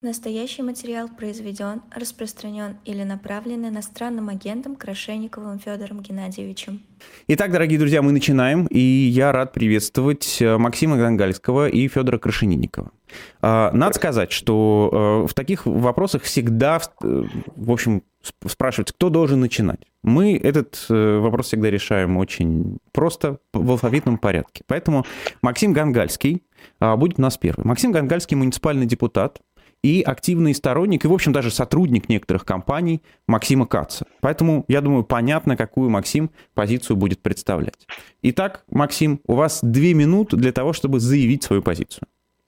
Настоящий материал произведен, распространен или направлен иностранным агентом Крашенниковым Федором Геннадьевичем. Итак, дорогие друзья, мы начинаем, и я рад приветствовать Максима Гангальского и Федора Крашенинникова. Надо сказать, что в таких вопросах всегда, в общем, спрашивать, кто должен начинать. Мы этот вопрос всегда решаем очень просто, в алфавитном порядке. Поэтому Максим Гангальский будет у нас первый. Максим Гангальский — муниципальный депутат и активный сторонник, и, в общем, даже сотрудник некоторых компаний Максима Каца. Поэтому, я думаю, понятно, какую Максим позицию будет представлять. Итак, Максим, у вас 2 минуты для того, чтобы заявить свою позицию.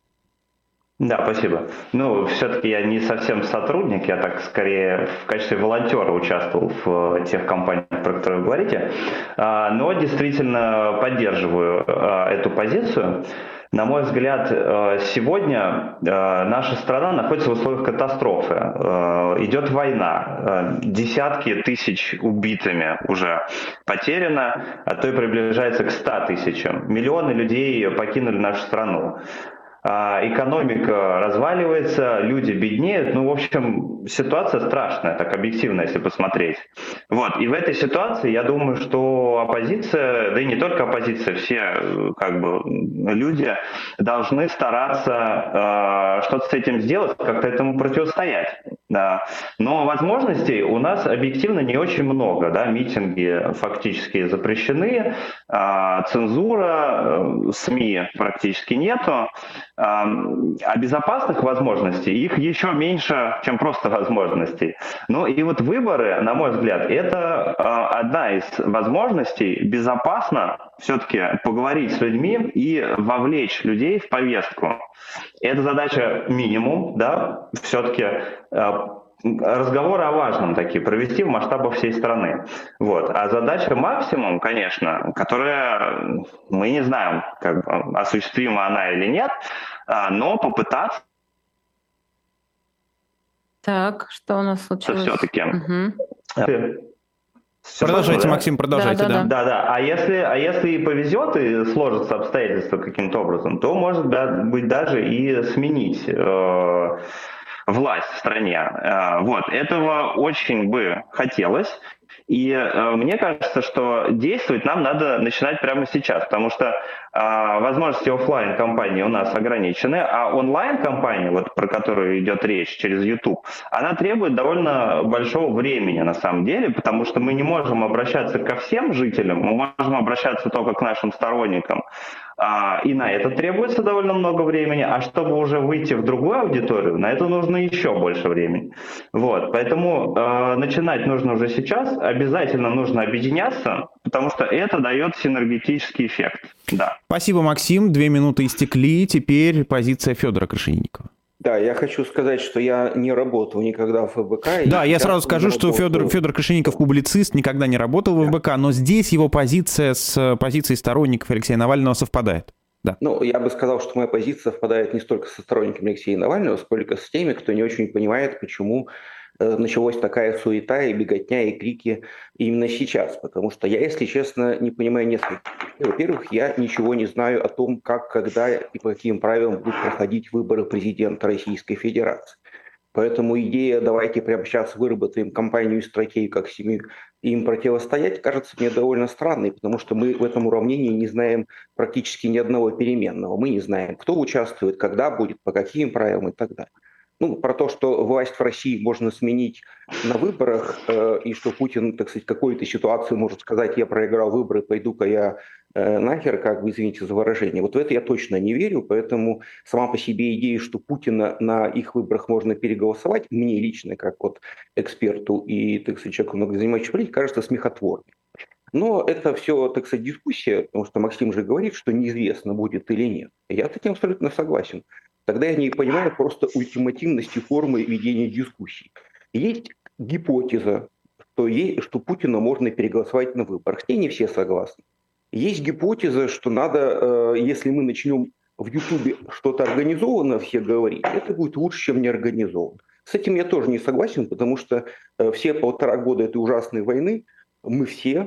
Да, спасибо. Все-таки я не совсем сотрудник, я так скорее в качестве волонтера участвовал в тех компаниях, про которые вы говорите, но действительно поддерживаю эту позицию. На мой взгляд, сегодня наша страна находится в условиях катастрофы. Идет война, десятки тысяч убитыми уже потеряно, а то и приближается к 100 тысячам. Миллионы людей покинули нашу страну. Экономика разваливается, люди беднеют. В общем, ситуация страшная, так объективно, если посмотреть. И в этой ситуации, я думаю, что оппозиция, да и не только оппозиция, все люди должны стараться что-то с этим сделать, как-то этому противостоять. Да. Но возможностей у нас объективно не очень много. Да? Митинги фактически запрещены, цензура, СМИ практически нету. А безопасных возможностей их еще меньше, чем просто возможностей. И выборы, на мой взгляд, это одна из возможностей безопасно все-таки поговорить с людьми и вовлечь людей в повестку. Это задача минимум, да, все-таки разговоры о важном такие провести в масштабах всей страны. А задача максимум, конечно, которая мы не знаем, осуществима она или нет, но попытаться. Так, что у нас случилось? Все-таки. Продолжайте, Максим, продолжайте. Да. А если и повезет, и сложатся обстоятельства каким-то образом, то, может быть, даже и сменить власть в стране. Этого очень бы хотелось. И мне кажется, что действовать нам надо начинать прямо сейчас, потому что возможности офлайн-компании у нас ограничены, а онлайн-компания, про которую идет речь через YouTube, она требует довольно большого времени на самом деле, потому что мы не можем обращаться ко всем жителям, мы можем обращаться только к нашим сторонникам. И на это требуется довольно много времени, а чтобы уже выйти в другую аудиторию, на это нужно еще больше времени. Поэтому начинать нужно уже сейчас, обязательно нужно объединяться, потому что это дает синергетический эффект. Да. Спасибо, Максим. 2 минуты истекли. Теперь позиция Федора Крашенинникова. Да, я хочу сказать, что я не работал никогда в ФБК. Да, я сразу скажу, что Федор Крашенинников публицист, никогда не работал в ФБК, но здесь его позиция с позицией сторонников Алексея Навального совпадает. Да. Я бы сказал, что моя позиция совпадает не столько со сторонниками Алексея Навального, сколько с теми, кто не очень понимает, почему началась такая суета и беготня и крики именно сейчас. Потому что я, если честно, не понимаю несколько. Во-первых, я ничего не знаю о том, как, когда и по каким правилам будут проходить выборы президента Российской Федерации. Поэтому идея «давайте прямо сейчас выработаем кампанию и стратегию, как им противостоять», кажется мне довольно странной, потому что мы в этом уравнении не знаем практически ни одного переменного. Мы не знаем, кто участвует, когда будет, по каким правилам и так далее. Про то, что власть в России можно сменить на выборах, и что Путин, так сказать, в какой-то ситуации может сказать: я проиграл выборы, пойду-ка я нахер, извините за выражение. В это я точно не верю, поэтому сама по себе идея, что Путина на их выборах можно переголосовать, мне лично, как эксперту и, так сказать, человеку, много занимающемуся политикой, кажется смехотворной. Но это все, так сказать, дискуссия, потому что Максим же говорит, что неизвестно, будет или нет. Я с этим абсолютно согласен. Тогда я не понимаю просто ультимативности формы ведения дискуссий. Есть гипотеза, что Путина можно переголосовать на выборах. С ней не все согласны. Есть гипотеза, что надо, если мы начнем в Ютубе что-то организованно все говорить, это будет лучше, чем не организовано. С этим я тоже не согласен, потому что все 1,5 года этой ужасной войны мы все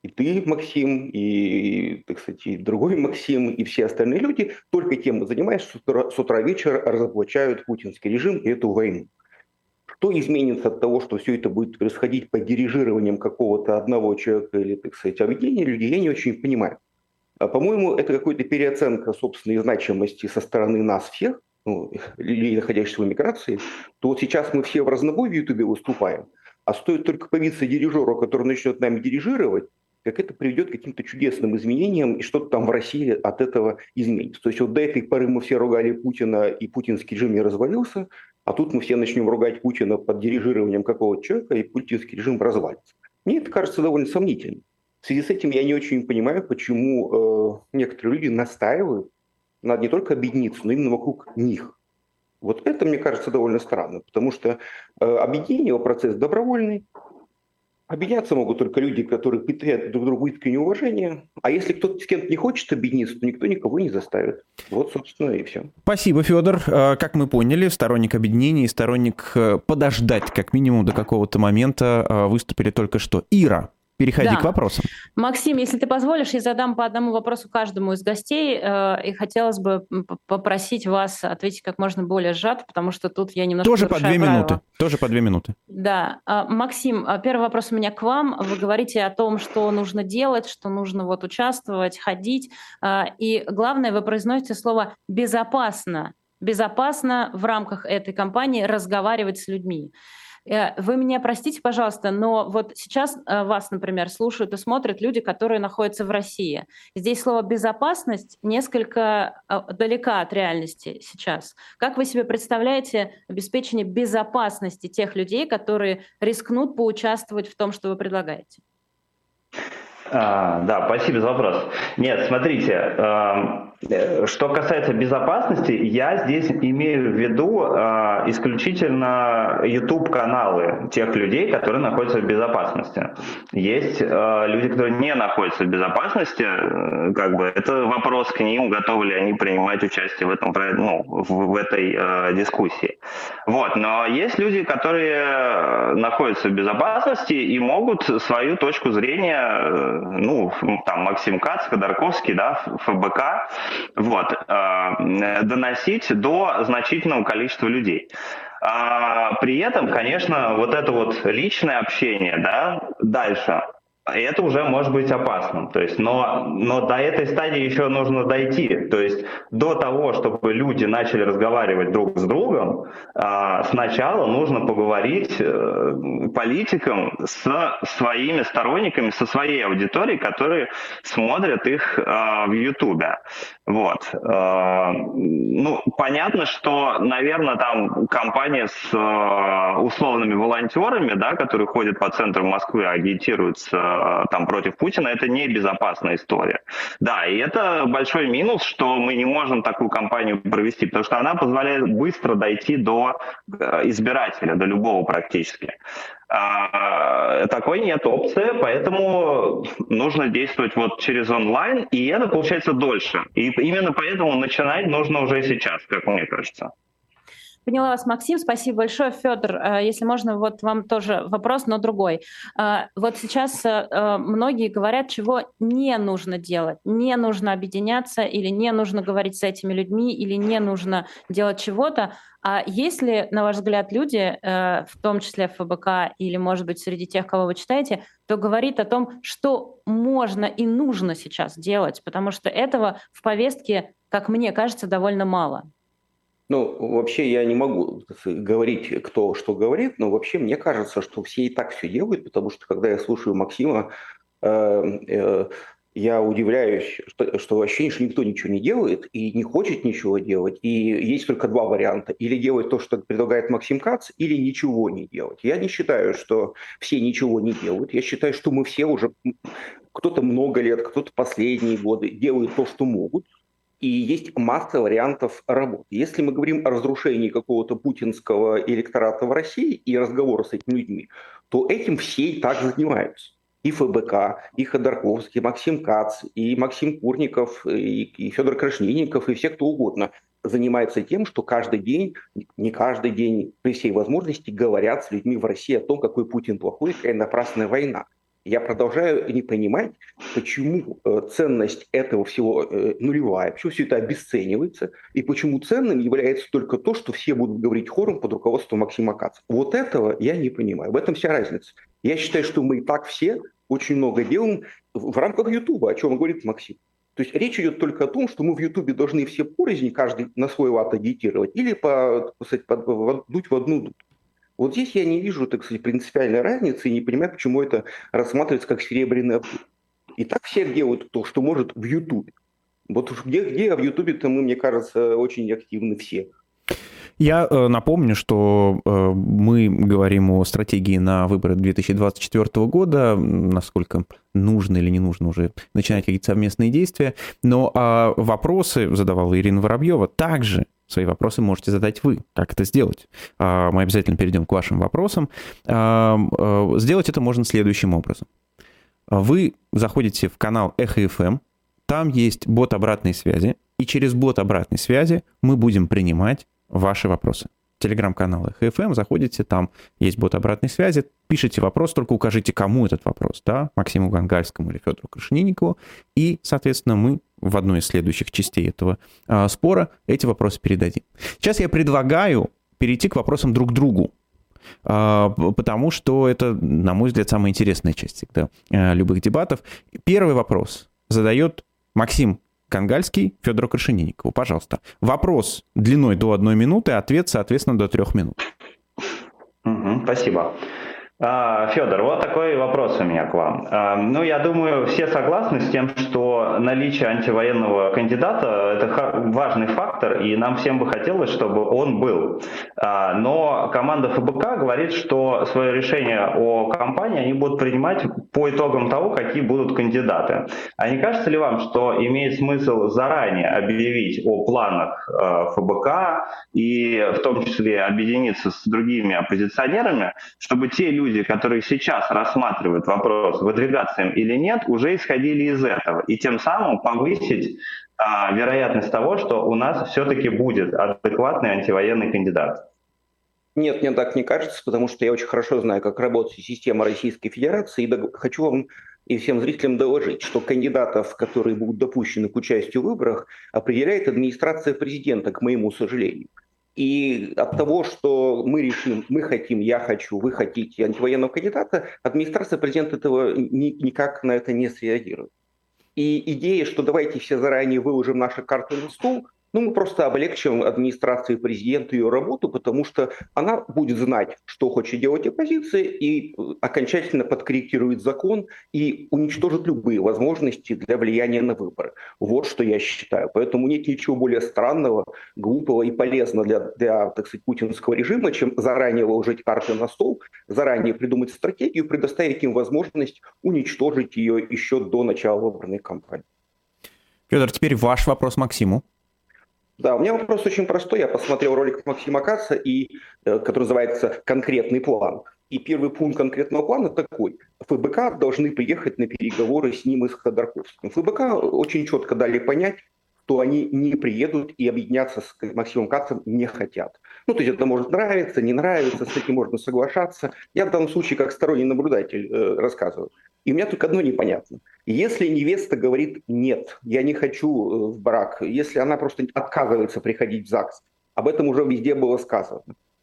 И ты, Максим, и, так сказать, и другой Максим, и все остальные люди только тем и занимаются, с утра вечера разоблачают путинский режим и эту войну. Что изменится от того, что все это будет происходить под дирижированием какого-то одного человека или, так сказать, объединения людей, я не очень понимаю. По-моему, это какая-то переоценка собственной значимости со стороны нас всех, ну, людей, находящихся в эмиграции, то вот сейчас мы все в разнобой в Ютубе выступаем, а стоит только появиться дирижеру, который начнет нами дирижировать, как это приведет к каким-то чудесным изменениям, и что-то там в России от этого изменится. То есть вот до этой поры мы все ругали Путина, и путинский режим не развалился, а тут мы все начнем ругать Путина под дирижированием какого-то человека, и путинский режим развалится. Мне это кажется довольно сомнительным. В связи с этим я не очень понимаю, почему некоторые люди настаивают, надо не только объединиться, но именно вокруг них. Вот это, мне кажется, довольно странно, потому что объединение, его процесс добровольный. Объединяться могут только люди, которые питают друг другу искреннее уважение. А если кто-то с кем-то не хочет объединиться, то никто никого не заставит. Вот, собственно, и все. Спасибо, Федор. Как мы поняли, сторонник объединения и сторонник подождать как минимум до какого-то момента выступили только что. Ира, переходи к вопросам. Максим, если ты позволишь, я задам по одному вопросу каждому из гостей, и хотелось бы попросить вас ответить как можно более сжато, потому что тут я немножко Тоже по 2 правила. минуты. Тоже по 2 минуты. Да. Максим, первый вопрос у меня к вам. Вы говорите о том, что нужно делать, что нужно вот участвовать, ходить. И главное, вы произносите слово «безопасно». Безопасно в рамках этой кампании разговаривать с людьми. Вы меня простите, пожалуйста, но вот сейчас вас, например, слушают и смотрят люди, которые находятся в России. Здесь слово «безопасность» несколько далека от реальности сейчас. Как вы себе представляете обеспечение безопасности тех людей, которые рискнут поучаствовать в том, что вы предлагаете? Да, спасибо за вопрос. Нет, смотрите, что касается безопасности, я здесь имею в виду исключительно YouTube-каналы тех людей, которые находятся в безопасности. Есть люди, которые не находятся в безопасности, как бы это вопрос к ним, готовы ли они принимать участие в этом, ну, в этой дискуссии. Вот, но есть люди, которые находятся в безопасности и могут свою точку зрения, ну, там, Максим Кац, Ходорковский, да, ФБК, вот, доносить до значительного количества людей. При этом, конечно, вот это вот личное общение, да, дальше, это уже может быть опасным. То есть, но до этой стадии еще нужно дойти. То есть до того, чтобы люди начали разговаривать друг с другом, сначала нужно поговорить политикам с своими сторонниками, со своей аудиторией, которые смотрят их в Ютубе. Вот. Ну, понятно, что, наверное, там компания с условными волонтерами, да, которые ходят по центру Москвы, агитируются там против Путина, это не безопасная история. Да, и это большой минус, что мы не можем такую кампанию провести, потому что она позволяет быстро дойти до избирателя, до любого практически. Такой нет опции, поэтому нужно действовать вот через онлайн, и это получается дольше. И именно поэтому начинать нужно уже сейчас, как мне кажется. Поняла вас, Максим. Спасибо большое. Федор, если можно, вот вам тоже вопрос, но другой. Вот сейчас многие говорят, чего не нужно делать. Не нужно объединяться, или не нужно говорить с этими людьми, или не нужно делать чего-то. А есть ли, на ваш взгляд, люди, в том числе в ФБК или, может быть, среди тех, кого вы читаете, кто говорит о том, что можно и нужно сейчас делать? Потому что этого в повестке, как мне кажется, довольно мало. Ну, вообще я не могу говорить, кто что говорит, но вообще мне кажется, что все и так все делают, потому что когда я слушаю Максима, я удивляюсь, что ощущение, что никто ничего не делает и не хочет ничего делать. И есть только два варианта. Или делать то, что предлагает Максим Кац, или ничего не делать. Я не считаю, что все ничего не делают. Я считаю, что мы все уже, кто-то много лет, кто-то последние годы делают то, что могут. И есть масса вариантов работы. Если мы говорим о разрушении какого-то путинского электората в России и разговора с этими людьми, то этим все и так занимаются. И ФБК, и Ходорковский, и Максим Кац, и Максим Курников, и Федор Крашенинников, и все кто угодно занимаются тем, что каждый день, не каждый день, при всей возможности говорят с людьми в России о том, какой Путин плохой, какая напрасная война. Я продолжаю не понимать, почему ценность этого всего нулевая, почему все это обесценивается, и почему ценным является только то, что все будут говорить хором под руководством Максима Каца. Вот этого я не понимаю. В этом вся разница. Я считаю, что мы и так все очень много делаем в рамках Ютуба, о чем говорит Максим. То есть речь идет только о том, что мы в Ютубе должны все порознь, каждый на свой лад агитировать, или дуть в одну дудку. Вот здесь я не вижу, так сказать, принципиальной разницы и не понимаю, почему это рассматривается как серебряный объект. И так все делают то, что может в Ютубе. Вот где в Ютубе-то мы, мне кажется, очень активны все. Я напомню, что мы говорим о стратегии на выборы 2024 года, насколько нужно или не нужно уже начинать какие-то совместные действия. Но вопросы задавала Ирина Воробьева. Также свои вопросы можете задать вы. Как это сделать? Мы обязательно перейдем к вашим вопросам. Сделать это можно следующим образом. Вы заходите в канал Эхо ФМ, там есть бот обратной связи, и через бот обратной связи мы будем принимать ваши вопросы. Телеграм-канал Эхо ФМ, заходите, там есть бот обратной связи, пишите вопрос, только укажите, кому этот вопрос, да, Максиму Гангальскому или Федору Крашенинникову, и, соответственно, мы в одной из следующих частей этого спора эти вопросы передадим. Сейчас я предлагаю перейти к вопросам друг к другу, потому что это, на мой взгляд, самая интересная часть всегда любых дебатов. Первый вопрос задает Максим Гангальский Федору Крашенинникову. Пожалуйста. Вопрос длиной до 1 минуты, ответ, соответственно, до 3 минут. Спасибо. Федор, вот такой вопрос у меня к вам. Ну, я думаю, все согласны с тем, что наличие антивоенного кандидата – это важный фактор, и нам всем бы хотелось, чтобы он был. Но команда ФБК говорит, что свое решение о кампании они будут принимать по итогам того, какие будут кандидаты. А не кажется ли вам, что имеет смысл заранее объявить о планах ФБК и в том числе объединиться с другими оппозиционерами, чтобы те люди, которые сейчас рассматривают вопрос, выдвигаться им или нет, уже исходили из этого, и тем самым повысить вероятность того, что у нас все-таки будет адекватный антивоенный кандидат? Нет, мне так не кажется, потому что я очень хорошо знаю, как работает система Российской Федерации, и хочу вам и всем зрителям доложить, что кандидатов, которые будут допущены к участию в выборах, определяет администрация президента, к моему сожалению. И от того, что мы решим, мы хотим, я хочу, вы хотите антивоенного кандидата, администрация президента этого никак на это не среагирует. И идея, что давайте все заранее выложим наши карты на стол, мы просто облегчим администрации президента ее работу, потому что она будет знать, что хочет делать оппозиция, и окончательно подкорректирует закон и уничтожит любые возможности для влияния на выборы. Вот что я считаю. Поэтому нет ничего более странного, глупого и полезного для так сказать, путинского режима, чем заранее выложить карты на стол, заранее придумать стратегию, предоставить им возможность уничтожить ее еще до начала выборной кампании. Федор, теперь ваш вопрос Максиму. Да, у меня вопрос очень простой. Я посмотрел ролик Максима Каца, который называется «Конкретный план». И первый пункт конкретного плана такой. ФБК должны приехать на переговоры с ним и с Ходорковским. ФБК очень четко дали понять, что они не приедут и объединяться с Максимом Кацем не хотят. То есть это может нравиться, не нравиться, с этим можно соглашаться. Я в данном случае как сторонний наблюдатель рассказываю. И у меня только одно непонятно. Если невеста говорит «нет, я не хочу в брак», если она просто отказывается приходить в ЗАГС, об этом уже везде было сказано.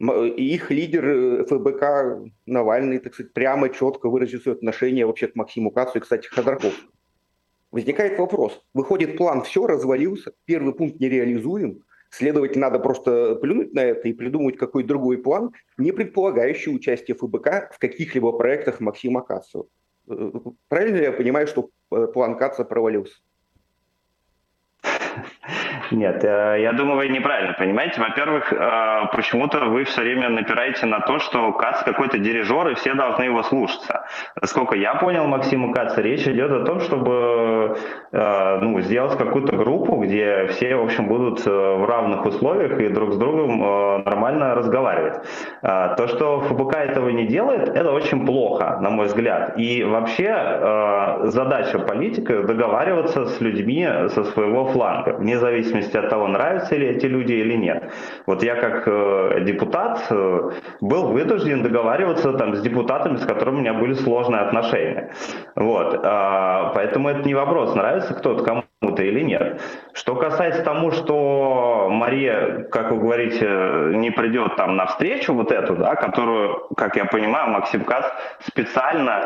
Их лидер ФБК Навальный, так сказать, прямо четко выразил свое отношение вообще к Максиму Кацу и, кстати, к Ходорковскому. Возникает вопрос. Выходит, план все развалился, первый пункт нереализуем, следовательно, надо просто плюнуть на это и придумать какой-то другой план, не предполагающий участие ФБК в каких-либо проектах Максима Кацу. Правильно ли я понимаю, что план Каца провалился? Нет, я думаю, вы неправильно понимаете. Во-первых, почему-то вы все время напираете на то, что Кац какой-то дирижер, и все должны его слушаться. Насколько я понял Максима Каца, речь идет о том, чтобы сделать какую-то группу, где все, в общем, будут в равных условиях и друг с другом нормально разговаривать. То, что ФБК этого не делает, это очень плохо, на мой взгляд. И вообще задача политика договариваться с людьми со своего фланга, вне зависимости зависимости от того, нравятся ли эти люди или нет. Вот я как депутат был вынужден договариваться там с депутатами, с которыми у меня были сложные отношения. Вот. Поэтому это не вопрос, нравится кто-то кому-то или нет. Что касается тому, что Мария, как вы говорите, не придет там на встречу вот эту, да, которую, как я понимаю, Максим Кац специально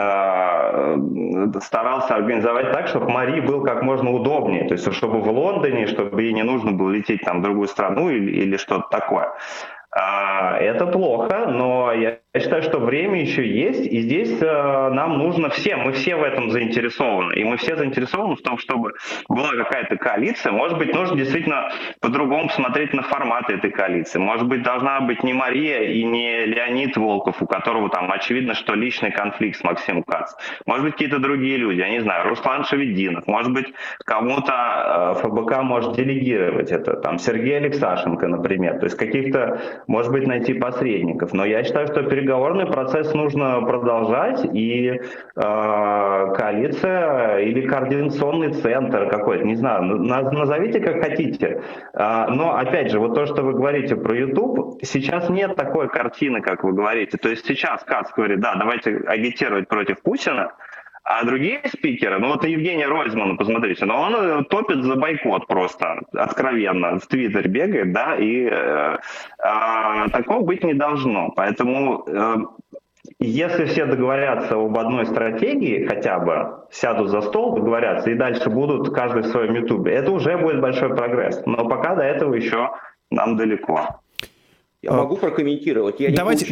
старался организовать так, чтобы Марии был как можно удобнее, то есть чтобы в Лондоне, чтобы ей не нужно было лететь там в другую страну или что-то такое. Это плохо, но я считаю, что время еще есть, и здесь нам нужно всем, мы все в этом заинтересованы, и мы все заинтересованы в том, чтобы была какая-то коалиция. Может быть, нужно действительно по-другому смотреть на форматы этой коалиции. Может быть, должна быть не Мария и не Леонид Волков, у которого там очевидно, что личный конфликт с Максимом Кац. Может быть, какие-то другие люди, я не знаю, Руслан Шевединов. Может быть, кому-то ФБК может делегировать это, там Сергей Алексашенко, например. То есть каких-то, может быть, найти посредников. Но я считаю, что переговорный процесс нужно продолжать, и коалиция или координационный центр какой-то, не знаю, назовите как хотите. Но, опять же, вот то, что вы говорите про YouTube, сейчас нет такой картины, как вы говорите. То есть сейчас Кац говорит, да, давайте агитировать против Путина, а другие спикеры, ну вот Евгения Ройзмана, посмотрите, но он топит за бойкот просто, откровенно, в Твиттере бегает, да, и такого быть не должно. Поэтому если все договорятся об одной стратегии, хотя бы сядут за стол, договорятся, и дальше будут каждый в своем ютубе, это уже будет большой прогресс. Но пока до этого еще нам далеко. Я могу прокомментировать. Я давайте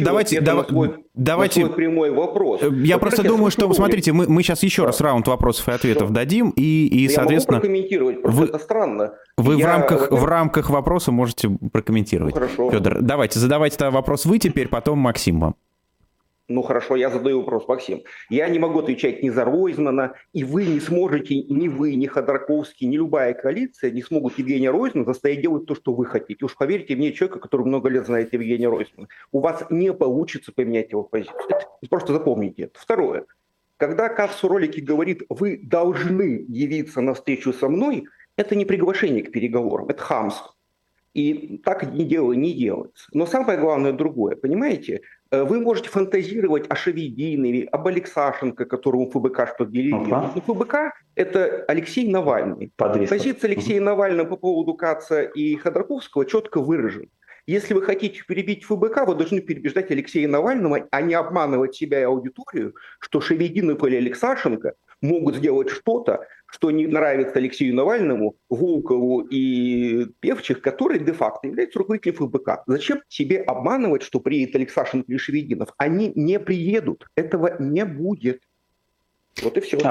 на свой прямой вопрос. Я просто думаю, что, смотрите, мы сейчас еще раз раунд вопросов и ответов дадим, и соответственно... Я могу прокомментировать, просто это странно. Вы в рамках вопроса можете прокомментировать. Ну, хорошо. Федор, давайте, задавайте вопрос вы теперь, потом Максим вам. Ну хорошо, я задаю вопрос, Максим. Я не могу отвечать ни за Ройзмана, и вы не сможете, ни вы, ни Ходорковский, ни любая коалиция не смогут Евгения Ройзмана заставить делать то, что вы хотите. Уж поверьте мне, человека, который много лет знает Евгения Ройзмана. У вас не получится поменять его позицию. Просто запомните это. Второе. Когда Кац в ролике говорит, вы должны явиться на встречу со мной, это не приглашение к переговорам, это хамство. И так не делается. Но самое главное другое, понимаете? Вы можете фантазировать о Шевединове, об Алексашенко, которому ФБК что-то делегирует. Но ФБК – это Алексей Навальный. Позиция Алексея Навального по поводу Каца и Ходорковского четко выражена. Если вы хотите перебить ФБК, вы должны переубеждать Алексея Навального, а не обманывать себя и аудиторию, что Шевединов или Алексашенко могут сделать что-то, что не нравится Алексею Навальному, Волкову и Певчих, которые де-факто являются руководителем ФБК. Зачем себе обманывать, что приедет Алексашенко или Шевединов? Они не приедут. Этого не будет. Вот и все.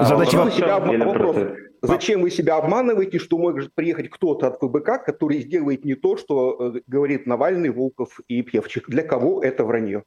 Зачем вы себя обманываете, что может приехать кто-то от ФБК, который сделает не то, что говорит Навальный, Волков и Певчих? Для кого это вранье?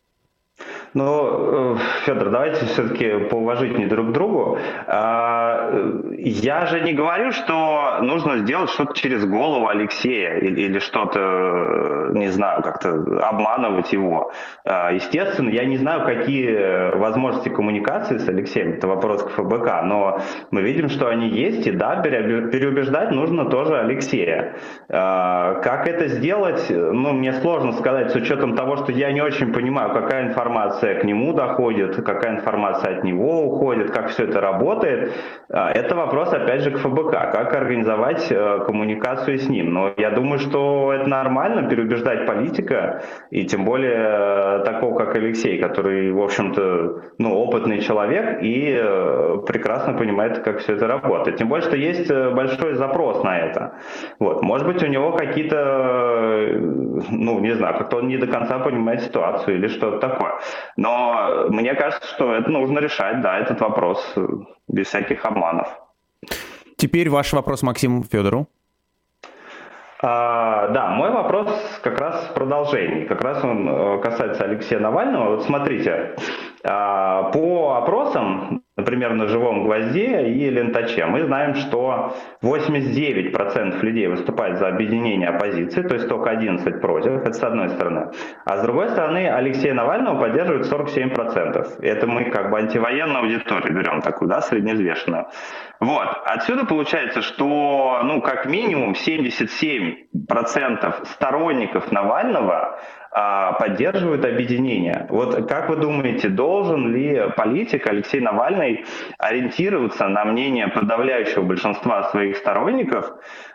Ну, Федор, давайте все-таки поуважительнее друг к другу. Я же не говорю, что нужно сделать что-то через голову Алексея или что-то, не знаю, как-то обманывать его. Естественно, я не знаю, какие возможности коммуникации с Алексеем, это вопрос к ФБК, но мы видим, что они есть, и да, переубеждать нужно тоже Алексея. Как это сделать, ну, мне сложно сказать, с учетом того, что я не очень понимаю, какая информация к нему доходит, какая информация от него уходит, как все это работает. Это вопрос, опять же, к ФБК, как организовать коммуникацию с ним. Но я думаю, что это нормально, переубеждать политика, и тем более такого, как Алексей, который, в общем-то, ну, опытный человек и прекрасно понимает, как все это работает. Тем более, что есть большой запрос на это. Вот. Может быть, у него какие-то, ну, не знаю, как-то он не до конца понимает ситуацию или что-то такое. Но мне кажется, что это нужно решать, да, этот вопрос без всяких обманов. Теперь ваш вопрос, Максим, Федору. Да, мой вопрос как раз в продолжении. Как раз он касается Алексея Навального. Вот смотрите, по опросам, например, на «Живом гвозде» и «Лентаче». Мы знаем, что 89% людей выступает за объединение оппозиции, то есть только 11 против, это с одной стороны. А с другой стороны, Алексея Навального поддерживает 47%. Это мы как бы антивоенную аудиторию берем такую, да, средневзвешенную. Вот. Отсюда получается, что, ну, как минимум 77% сторонников Навального поддерживают объединение. Вот как вы думаете, должен ли политик Алексей Навальный ориентироваться на мнение подавляющего большинства своих сторонников,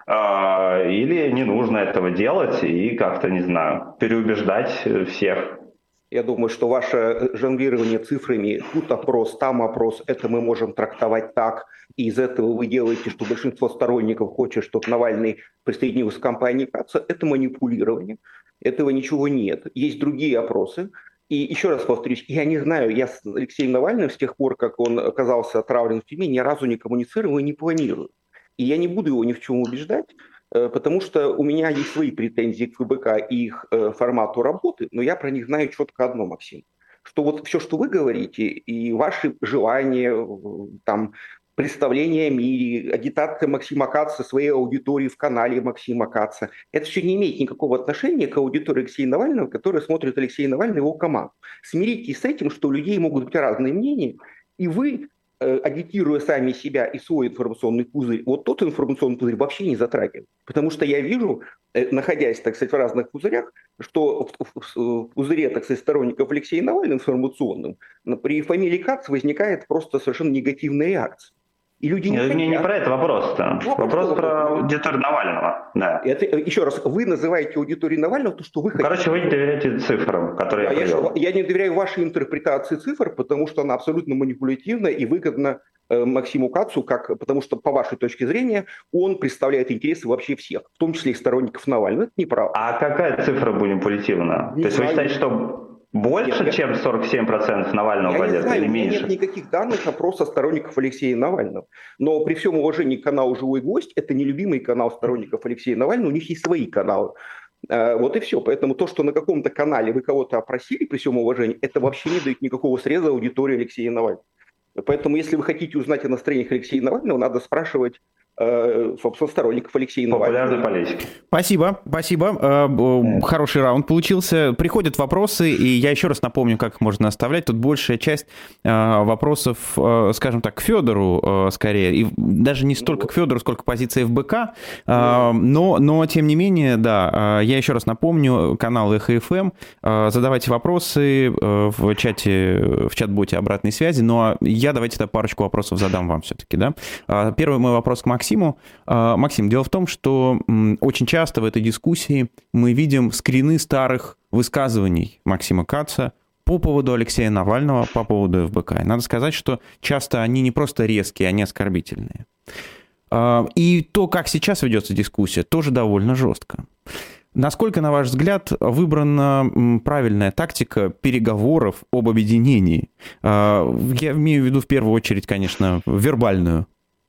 или не нужно этого делать и как-то, не знаю, переубеждать всех? Я думаю, что ваше жонглирование цифрами, тут опрос, там опрос, это мы можем трактовать так, и из этого вы делаете, что большинство сторонников хочет, чтобы Навальный присоединился к кампании Каца, это манипулирование, этого ничего нет. Есть другие опросы, и еще раз повторюсь, я не знаю, я с Алексеем Навальным с тех пор, как он оказался отравлен в тюрьме, ни разу не коммуницировал и не планирую. И я не буду его ни в чем убеждать, потому что у меня есть свои претензии к ФБК и их формату работы, но я про них знаю четко одно, Максим, что вот все, что вы говорите, и ваши желания, там, представление о мире, агитация Максима Каца своей аудитории в канале Максима Каца, это все не имеет никакого отношения к аудитории Алексея Навального, которая смотрит Алексея Навального и его команду. Смиритесь с этим, что у людей могут быть разные мнения, и вы, агитируя сами себя и свой информационный пузырь, вот тот информационный пузырь вообще не затрагивает. Потому что я вижу, находясь, так сказать, в разных пузырях, что в пузыре, так сказать, сторонников Алексея Навального информационным при фамилии Кац возникает просто совершенно негативная реакция. И люди не хотят. Не про это вопрос-то. Вопрос про аудиторию Навального. Да. Это, еще раз, вы называете аудиторией Навального то, что вы хотите. Короче, вы не доверяете цифрам, которые я привел. Я не доверяю вашей интерпретации цифр, потому что она абсолютно манипулятивна и выгодна Максиму Кацу, потому что, по вашей точке зрения, он представляет интересы вообще всех, в том числе и сторонников Навального. Это неправда. А какая цифра манипулятивна? То есть вы считаете, что больше, чем 47% Навального поддерживает или меньше? Нет никаких данных опроса сторонников Алексея Навального. Но при всем уважении к каналу «Живой гвоздь», это не любимый канал сторонников Алексея Навального, у них есть свои каналы. Вот и все. Поэтому то, что на каком-то канале вы кого-то опросили, при всем уважении, это вообще не дает никакого среза аудитории Алексея Навального. Поэтому, если вы хотите узнать о настроениях Алексея Навального, надо спрашивать, собственно, сторонников Алексея Навального. Популярной политики. Спасибо. Хороший раунд получился. Приходят вопросы, и я еще раз напомню, как их можно оставлять. Тут большая часть вопросов, скажем так, к Федору скорее. И даже не столько к Федору, сколько к позиции ФБК. Но, тем не менее, да, я еще раз напомню, канал Эхо.ФМ. Задавайте вопросы в чат-боте обратной связи. Ну, а я давайте парочку вопросов задам вам все-таки, да. Первый мой вопрос к Максиму. Максим, дело в том, что очень часто в этой дискуссии мы видим скрины старых высказываний Максима Каца по поводу Алексея Навального, по поводу ФБК. И надо сказать, что часто они не просто резкие, они оскорбительные. И то, как сейчас ведется дискуссия, тоже довольно жестко. Насколько, на ваш взгляд, выбрана правильная тактика переговоров об объединении? Я имею в виду в первую очередь, конечно, вербальную.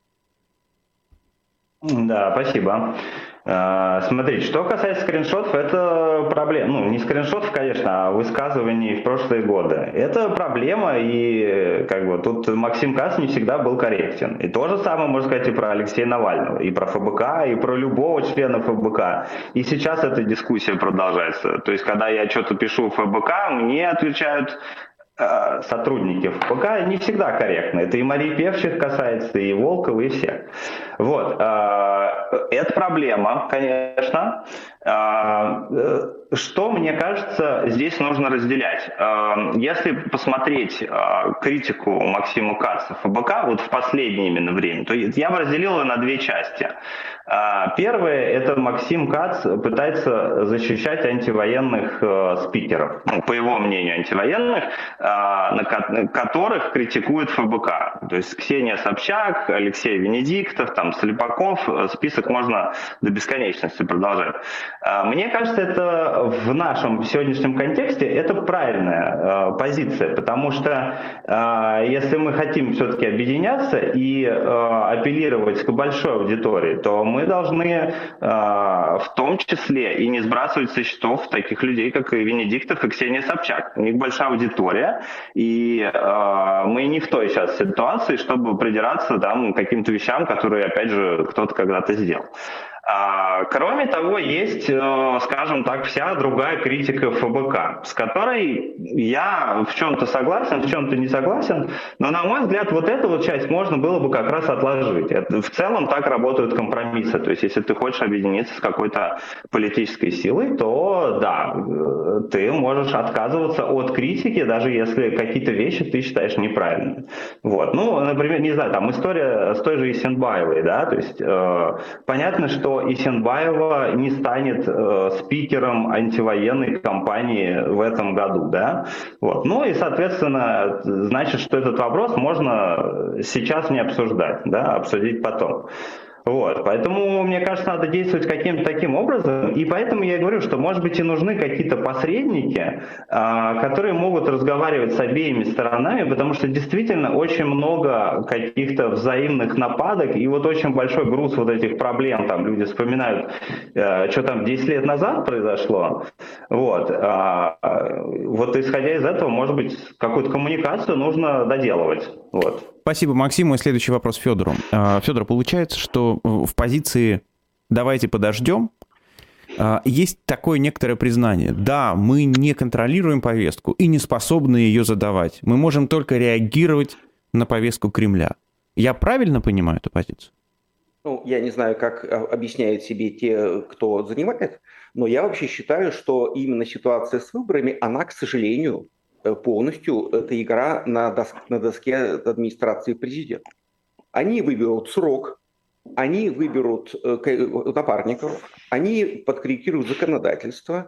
Да, спасибо. Смотрите, что касается скриншотов, это проблема. Ну, не скриншотов, конечно, а высказываний в прошлые годы. Это проблема, и как бы тут Максим Кац не всегда был корректен. И то же самое можно сказать и про Алексея Навального, и про ФБК, и про любого члена ФБК. И сейчас эта дискуссия продолжается. То есть, когда я что-то пишу в ФБК, мне отвечают сотрудники ФБК не всегда корректно. Это и Марии Певчих касается, и Волкова, и всех. Вот. Это проблема, конечно. Что, мне кажется, здесь нужно разделять. Если посмотреть критику Максима Каца ФБК вот в последнее именно время, то я бы разделил ее на две части. Первое, это Максим Кац пытается защищать антивоенных спикеров, ну, по его мнению, антивоенных, которых критикует ФБК. То есть Ксения Собчак, Алексей Венедиктов, там, Слепаков, список можно до бесконечности продолжать. Мне кажется, это в нашем сегодняшнем контексте это правильная позиция, потому что если мы хотим все-таки объединяться и апеллировать к большой аудитории, то мы мы должны в том числе и не сбрасывать со счетов таких людей, как и Венедиктов и Ксения Собчак. У них большая аудитория, и мы не в той сейчас ситуации, чтобы придираться там, к каким-то вещам, которые, опять же, кто-то когда-то сделал. Кроме того, есть, скажем так, вся другая критика ФБК, с которой я в чем-то согласен, в чем-то не согласен, но, на мой взгляд, вот эту вот часть можно было бы как раз отложить. В целом так работают компромиссы. То есть, если ты хочешь объединиться с какой-то политической силой, то да, ты можешь отказываться от критики, даже если какие-то вещи ты считаешь неправильными. Вот. Ну, например, не знаю, там история с той же Исенбаевой, да, то есть понятно, что Исенбаева не станет спикером антивоенной кампании в этом году, да. Вот. Ну и, соответственно, значит, что этот вопрос можно сейчас не обсуждать, да, обсудить потом. Вот, поэтому, мне кажется, надо действовать каким-то таким образом, и поэтому я говорю, что, может быть, и нужны какие-то посредники, которые могут разговаривать с обеими сторонами, потому что действительно очень много каких-то взаимных нападок, и вот очень большой груз вот этих проблем, там люди вспоминают, что там 10 лет назад произошло, вот, вот исходя из этого, может быть, какую-то коммуникацию нужно доделывать, вот. Спасибо, Максим. Мой следующий вопрос Федору. Федор, получается, что в позиции «давайте подождем» есть такое некоторое признание. Да, мы не контролируем повестку и не способны ее задавать. Мы можем только реагировать на повестку Кремля. Я правильно понимаю эту позицию? Ну, я не знаю, как объясняют себе те, кто занимает, но я вообще считаю, что именно ситуация с выборами, она, к сожалению, полностью это игра на доске администрации президента. Они выберут срок, они выберут напарников, они подкорректируют законодательство,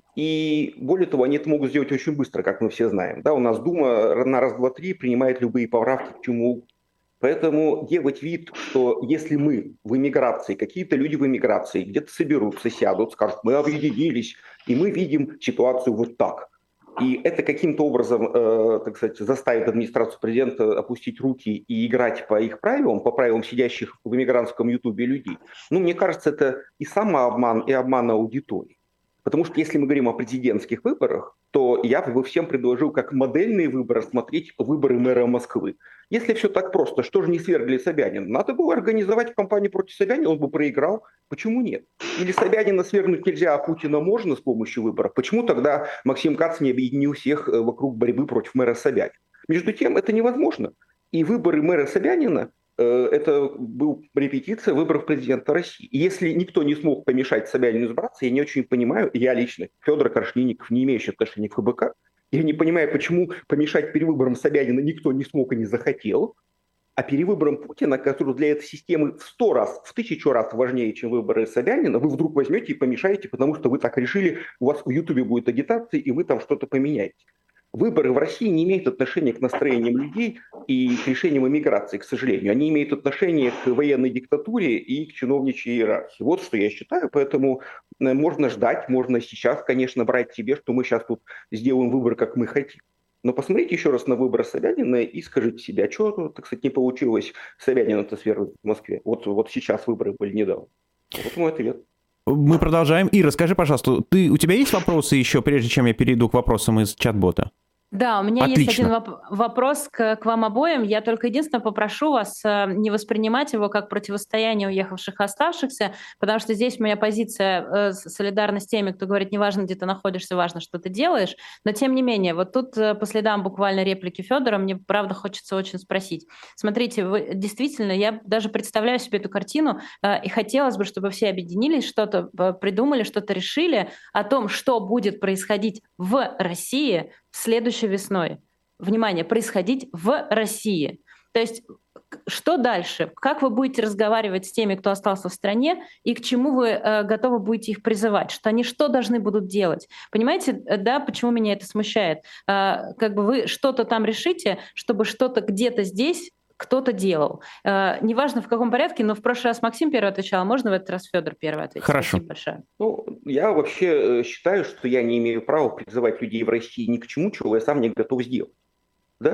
и более того, они это могут сделать очень быстро, как мы все знаем. Да, у нас Дума на раз, два, три принимает любые поправки к чему. Поэтому делать вид, что если мы в эмиграции, какие-то люди в эмиграции где-то соберутся, сядут, скажут, мы объединились, и мы видим ситуацию вот так. И это каким-то образом, так сказать, заставит администрацию президента опустить руки и играть по их правилам, по правилам сидящих в эмигрантском ютубе людей. Ну, мне кажется, это и самообман, и обман аудитории. Потому что если мы говорим о президентских выборах, то я бы всем предложил как модельные выборы смотреть выборы мэра Москвы. Если все так просто, что же не свергли Собянина? Надо было организовать кампанию против Собянина, он бы проиграл. Почему нет? Или Собянина свергнуть нельзя, а Путина можно с помощью выборов? Почему тогда Максим Кац не объединил всех вокруг борьбы против мэра Собянина? Между тем, это невозможно. И выборы мэра Собянина это был репетиция выборов президента России. И если никто не смог помешать Собянину избраться, я не очень понимаю, я лично, Федор Крашенинников, не имеющий отношения к ФБК, я не понимаю, почему помешать перевыборам Собянина никто не смог и не захотел, а перевыборам Путина, который для этой системы в 100 раз, в 1000 раз важнее, чем выборы Собянина, вы вдруг возьмете и помешаете, потому что вы так решили, у вас в Ютубе будет агитация, и вы там что-то поменяете. Выборы в России не имеют отношения к настроениям людей и к решениям эмиграции, к сожалению. Они имеют отношение к военной диктатуре и к чиновничьей иерархии. Вот что я считаю. Поэтому можно ждать, можно сейчас, конечно, брать себе, что мы сейчас тут сделаем выбор, как мы хотим. Но посмотрите еще раз на выборы Собянина и скажите себе, а что, так сказать, не получилось Собянина-то свергнуть в Москве? Вот сейчас выборы были недавно. Вот мой ответ. Мы продолжаем. Ира, скажи, пожалуйста, у тебя есть вопросы еще, прежде чем я перейду к вопросам из чат-бота? Да, у меня Отлично. есть один вопрос к вам обоим. Я только единственное попрошу вас не воспринимать его как противостояние уехавших и оставшихся, потому что здесь моя позиция солидарна с теми, кто говорит, неважно, где ты находишься, важно, что ты делаешь. Но тем не менее, вот тут по следам буквально реплики Федора мне, правда, хочется очень спросить. Смотрите, вы действительно, я даже представляю себе эту картину, и хотелось бы, чтобы все объединились, что-то придумали, что-то решили о том, что будет происходить в России следующей весной. Внимание, происходить в России. То есть что дальше? Как вы будете разговаривать с теми, кто остался в стране, и к чему вы готовы будете их призывать? Что они что должны будут делать? Понимаете, да, почему меня это смущает? Как бы вы что-то там решите, чтобы что-то где-то здесь кто-то делал. Неважно в каком порядке, но в прошлый раз Максим первый отвечал, а можно в этот раз Федор первый ответить? Хорошо. Спасибо большое. Ну, я вообще считаю, что я не имею права призывать людей в России ни к чему, чего я сам не готов сделать. Да?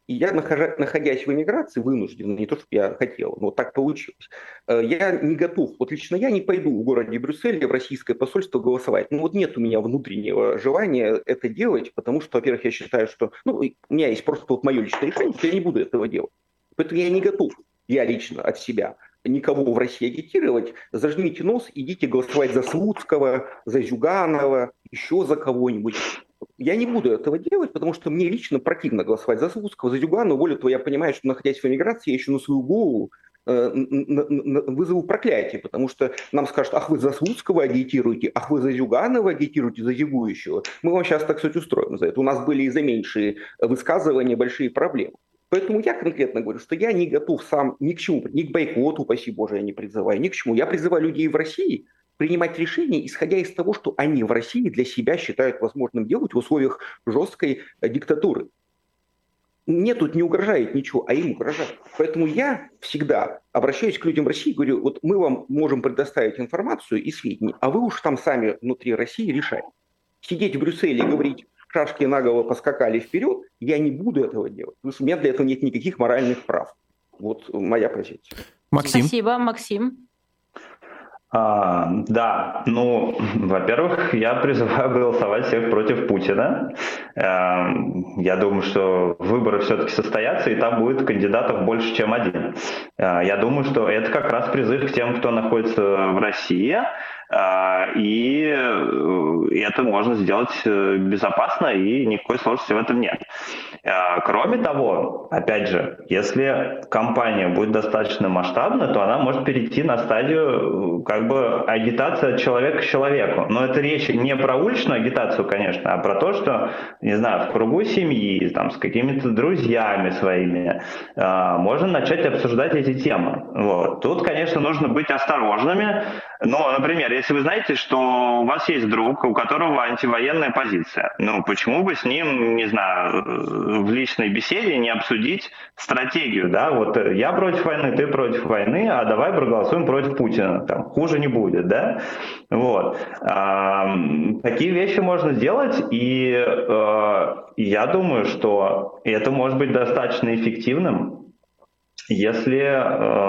И я, находясь в эмиграции, вынужден, не то, что я хотел, но так получилось, я не готов, вот лично я не пойду в городе Брюсселе в российское посольство голосовать. Ну вот нет у меня внутреннего желания это делать, потому что, во-первых, я считаю, что, ну, у меня есть просто вот мое личное решение, что я не буду этого делать. Поэтому я не готов, я лично от себя, никого в России агитировать. Зажмите нос, идите голосовать за Слуцкого, за Зюганова, еще за кого-нибудь. Я не буду этого делать, потому что мне лично противно голосовать за Слуцкого, за Зюганова. Более того, я понимаю, что, находясь в эмиграции, я еще на свою голову вызову проклятие, потому что нам скажут: ах, вы за Слуцкого агитируете, ах, вы за Зюганова агитируете, за Зюгующего. Мы вам сейчас, так сказать, устроим за это. У нас были и за меньшие высказывания большие проблемы. Поэтому я конкретно говорю, что я не готов сам ни к чему, ни к бойкоту, упаси Боже, я не призываю, ни к чему. Я призываю людей в России принимать решения, исходя из того, что они в России для себя считают возможным делать в условиях жесткой диктатуры. Мне тут не угрожает ничего, а им угрожает. Поэтому я всегда обращаюсь к людям в России и говорю: вот мы вам можем предоставить информацию и сведения, а вы уж там сами внутри России решайте. Сидеть в Брюсселе и говорить: шашки наголо поскакали вперед, я не буду этого делать, потому что у меня для этого нет никаких моральных прав. Вот моя позиция. Максим. Спасибо, Максим. Да, ну, во-первых, я призываю голосовать всех против Путина. Я думаю, что выборы все-таки состоятся, и там будет кандидатов больше, чем один. Я думаю, что это как раз призыв к тем, кто находится в России, и это можно сделать безопасно, и никакой сложности в этом нет. Кроме того, опять же, если кампания будет достаточно масштабной, то она может перейти на стадию как бы агитация человека к человеку. Но это речь не про уличную агитацию, конечно, а про то, что, не знаю, в кругу семьи, там, с какими-то друзьями своими можно начать обсуждать эти темы. Вот. Тут, конечно, нужно быть осторожными. Но, например, если вы знаете, что у вас есть друг, у которого антивоенная позиция, ну, почему бы с ним, не знаю, в личной беседе не обсудить стратегию, да, вот я против войны, ты против войны, а давай проголосуем против Путина, там, хуже не будет, да, вот. Такие вещи можно сделать, и я думаю, что это может быть достаточно эффективным, если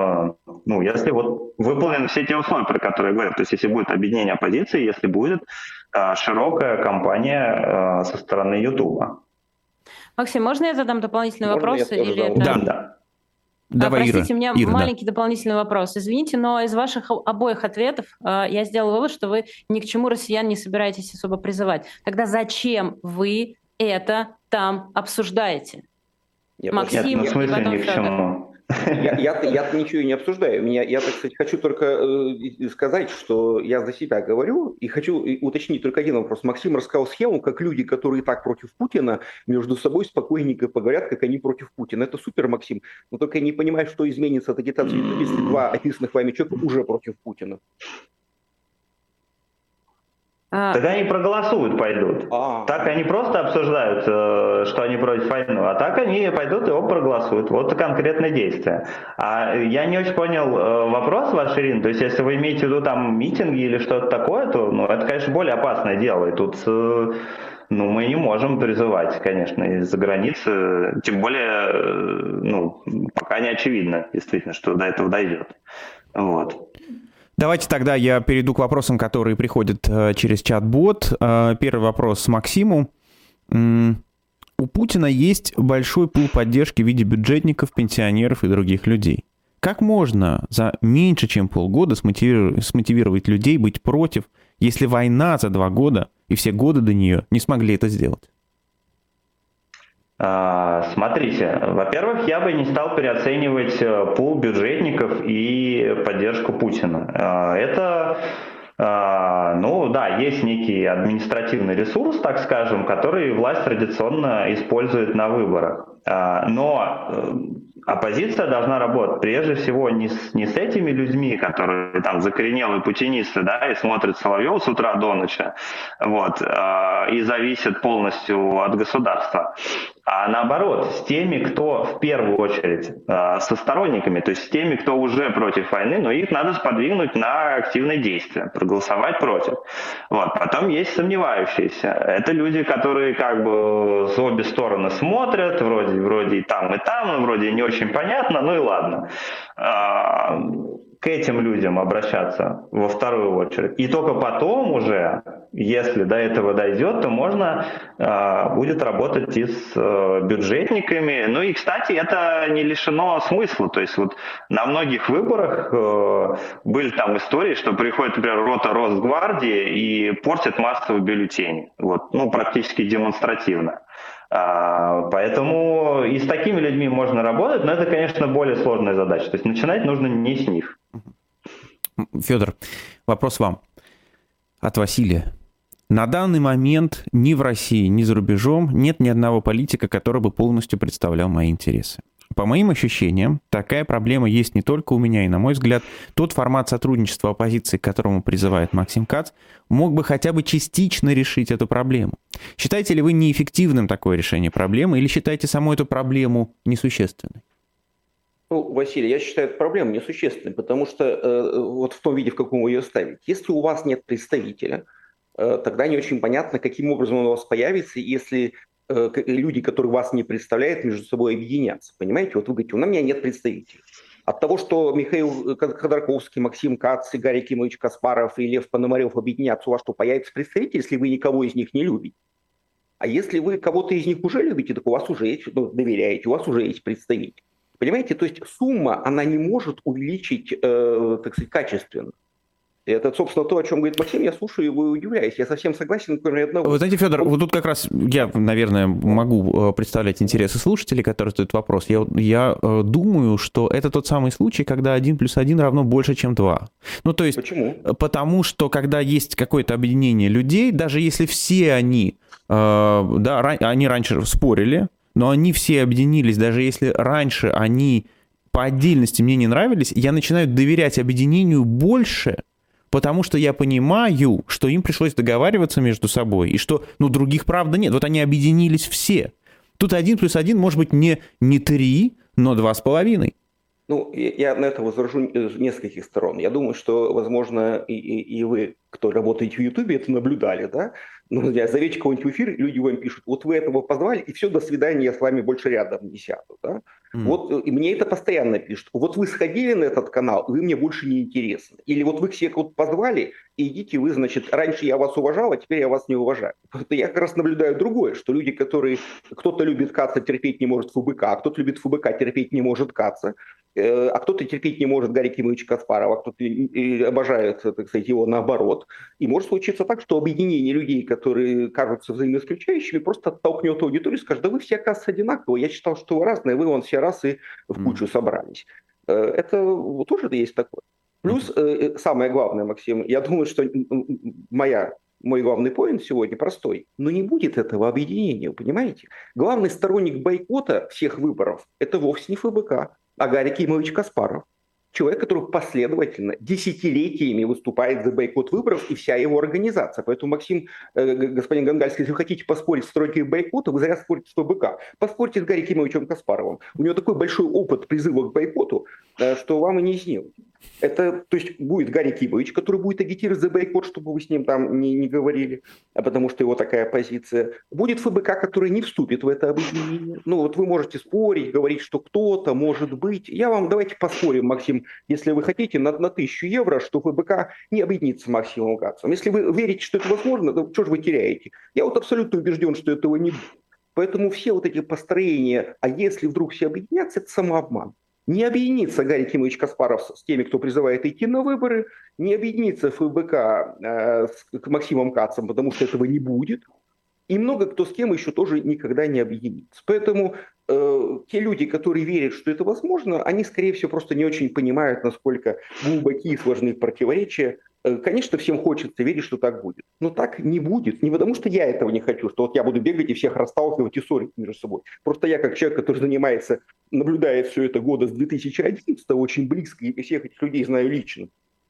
вот выполнены все те условия, про которые я говорил, то есть если будет объединение оппозиции, если будет широкая кампания со стороны Ютуба. Максим, можно я задам дополнительный вопрос? Да. Давай, простите, Ира. у меня маленький дополнительный вопрос. Извините, но из ваших обоих ответов я сделала вывод, что вы ни к чему россиян не собираетесь особо призывать. Тогда зачем вы это там обсуждаете? Максим, в смысле ни к чему. Я-то ничего и не обсуждаю. Я, так сказать, хочу только сказать, что я за себя говорю, и хочу уточнить только один вопрос. Максим рассказал схему, как люди, которые и так против Путина, между собой спокойненько поговорят, как они против Путина. Это супер, Максим. Но только я не понимаю, что изменится от агитации, если два описанных вами человека уже против Путина. Тогда они проголосуют, пойдут. Так они просто обсуждают, что они против войны, а так они пойдут и проголосуют. Вот это конкретное действие. А я не очень понял вопрос ваш, Ирина. То есть, если вы имеете в виду там митинги или что-то такое, то это, конечно, более опасное дело. И тут мы не можем призывать, конечно, из-за границы. Тем более, пока не очевидно, действительно, что до этого дойдет. Вот. Давайте тогда я перейду к вопросам, которые приходят через чат-бот. Первый вопрос Максиму. У Путина есть большой пул поддержки в виде бюджетников, пенсионеров и других людей. Как можно за меньше, чем полгода смотивировать людей быть против, если война за 2 года и все годы до нее не смогли это сделать? Смотрите, во-первых, я бы не стал переоценивать пул бюджетников и поддержку Путина. Это, есть некий административный ресурс, так скажем, который власть традиционно использует на выборах. Но оппозиция должна работать прежде всего не с этими людьми, которые там закоренелые путинисты, да, и смотрят Соловьева с утра до ночи, и зависят полностью от государства. а наоборот, с теми, кто в первую очередь со сторонниками, то есть с теми, кто уже против войны, но их надо сподвигнуть на активные действия, проголосовать против. Вот. Потом есть сомневающиеся. Это люди, которые как бы с обе стороны смотрят, вроде и там, но вроде не очень понятно, ну и ладно. К этим людям обращаться во вторую очередь. И только потом уже, если до этого дойдет, то можно будет работать и с бюджетниками. Ну и, кстати, это не лишено смысла. То есть вот на многих выборах были там истории, что приходит, например, рота Росгвардии и портит массовые бюллетени. Вот, ну, практически демонстративно. Поэтому и с такими людьми можно работать, но это, конечно, более сложная задача. То есть начинать нужно не с них. Федор, вопрос вам от Василия. На данный момент ни в России, ни за рубежом нет ни одного политика, который бы полностью представлял мои интересы. По моим ощущениям, такая проблема есть не только у меня, и, на мой взгляд, тот формат сотрудничества оппозиции, к которому призывает Максим Кац, мог бы хотя бы частично решить эту проблему. Считаете ли вы неэффективным такое решение проблемы, или считаете саму эту проблему несущественной? Ну, Василий, я считаю эту проблему несущественной, потому что вот в том виде, в каком вы ее ставите, если у вас нет представителя, тогда не очень понятно, каким образом он у вас появится, если люди, которые вас не представляют, между собой объединятся. Понимаете? Вот вы говорите, у меня нет представителей. От того, что Михаил Ходорковский, Максим Кац, Гарри Кимович Каспаров и Лев Пономарев объединятся, у вас что, появится представитель, если вы никого из них не любите? А если вы кого-то из них уже любите, так у вас уже есть, доверяете, у вас уже есть представитель. Понимаете? То есть сумма, она не может увеличить, так сказать, качественно. Это, собственно, то, о чем говорит Максим, я слушаю его и удивляюсь. Я совсем согласен, кроме одного. Вы знаете, Федор, вот тут как раз я, наверное, могу представлять интересы слушателей, которые задают вопрос. Я думаю, что это тот самый случай, когда 1 + 1 равно больше, чем 2. Ну, то есть, почему? Потому что, когда есть какое-то объединение людей, даже если все они, они раньше спорили, но они все объединились, даже если раньше они по отдельности мне не нравились, я начинаю доверять объединению больше, потому что я понимаю, что им пришлось договариваться между собой, и что, других, правда, нет. Вот они объединились все. Тут 1 + 1 может быть не 3, но 2,5. Ну, я на это возражу с нескольких сторон. Я думаю, что, возможно, и вы, кто работаете в Ютубе, это наблюдали, да? Ну, зовите кого-нибудь в эфир, люди вам пишут, вот вы этого позвали, и все, до свидания, я с вами больше рядом не сяду, да? Вот, и мне это постоянно пишут. Вот вы сходили на этот канал, вы мне больше не интересны. Или вот вы всех вот позвали, и идите вы, значит, раньше я вас уважал, а теперь я вас не уважаю. Это я как раз наблюдаю другое, что люди, которые, кто-то любит Каца, терпеть не может ФБК, а кто-то любит ФБК, терпеть не может Каца, а кто-то терпеть не может Гарри Кимовича Каспарова, а кто-то обожает, так сказать, его наоборот. И может случиться так, что объединение людей, которые кажутся взаимоисключающими, просто оттолкнет аудиторию и скажет, да вы все, оказывается, одинаковые, я считал, что вы разные, вы вон все раз и в кучу собрались. Это тоже есть такое. Плюс, самое главное, Максим, я думаю, что мой главный поинт сегодня простой. Но не будет этого объединения, вы понимаете? Главный сторонник бойкота всех выборов – это вовсе не ФБК, а Гарри Кимович Каспаров. Человек, который последовательно, десятилетиями выступает за бойкот выборов и вся его организация. Поэтому, Максим, господин Гангальский, если вы хотите поспорить с тройкой бойкота, вы зря спорите с ФБК. Поспорьте с Гарри Кимовичем Каспаровым. У него такой большой опыт призыва к бойкоту, что вам и не снилось. Это, то есть, будет Гарри Кимович, который будет агитировать за бойкот, чтобы вы с ним там не говорили, потому что его такая позиция. Будет ФБК, который не вступит в это объединение. Ну, вот вы можете спорить, говорить, что кто-то может быть. Давайте поспорим, Максим, если вы хотите, на 1000 евро, что ФБК не объединится с Максимом Кацем. Если вы верите, что это возможно, то что же вы теряете? Я вот абсолютно убежден, что этого не будет. Поэтому все вот эти построения, а если вдруг все объединятся, это самообман. Не объединится Гарри Кимович Каспаров с теми, кто призывает идти на выборы, не объединится ФБК с Максимом Кацем, потому что этого не будет. И много кто с кем еще тоже никогда не объединится. Поэтому те люди, которые верят, что это возможно, они, скорее всего, просто не очень понимают, насколько глубокие и сложные противоречия. Конечно, всем хочется верить, что так будет. Но так не будет. Не потому, что я этого не хочу, что вот я буду бегать и всех расталкивать и ссорить между собой. Просто я, как человек, который наблюдает все это года с 2011, очень близко, и всех этих людей знаю лично.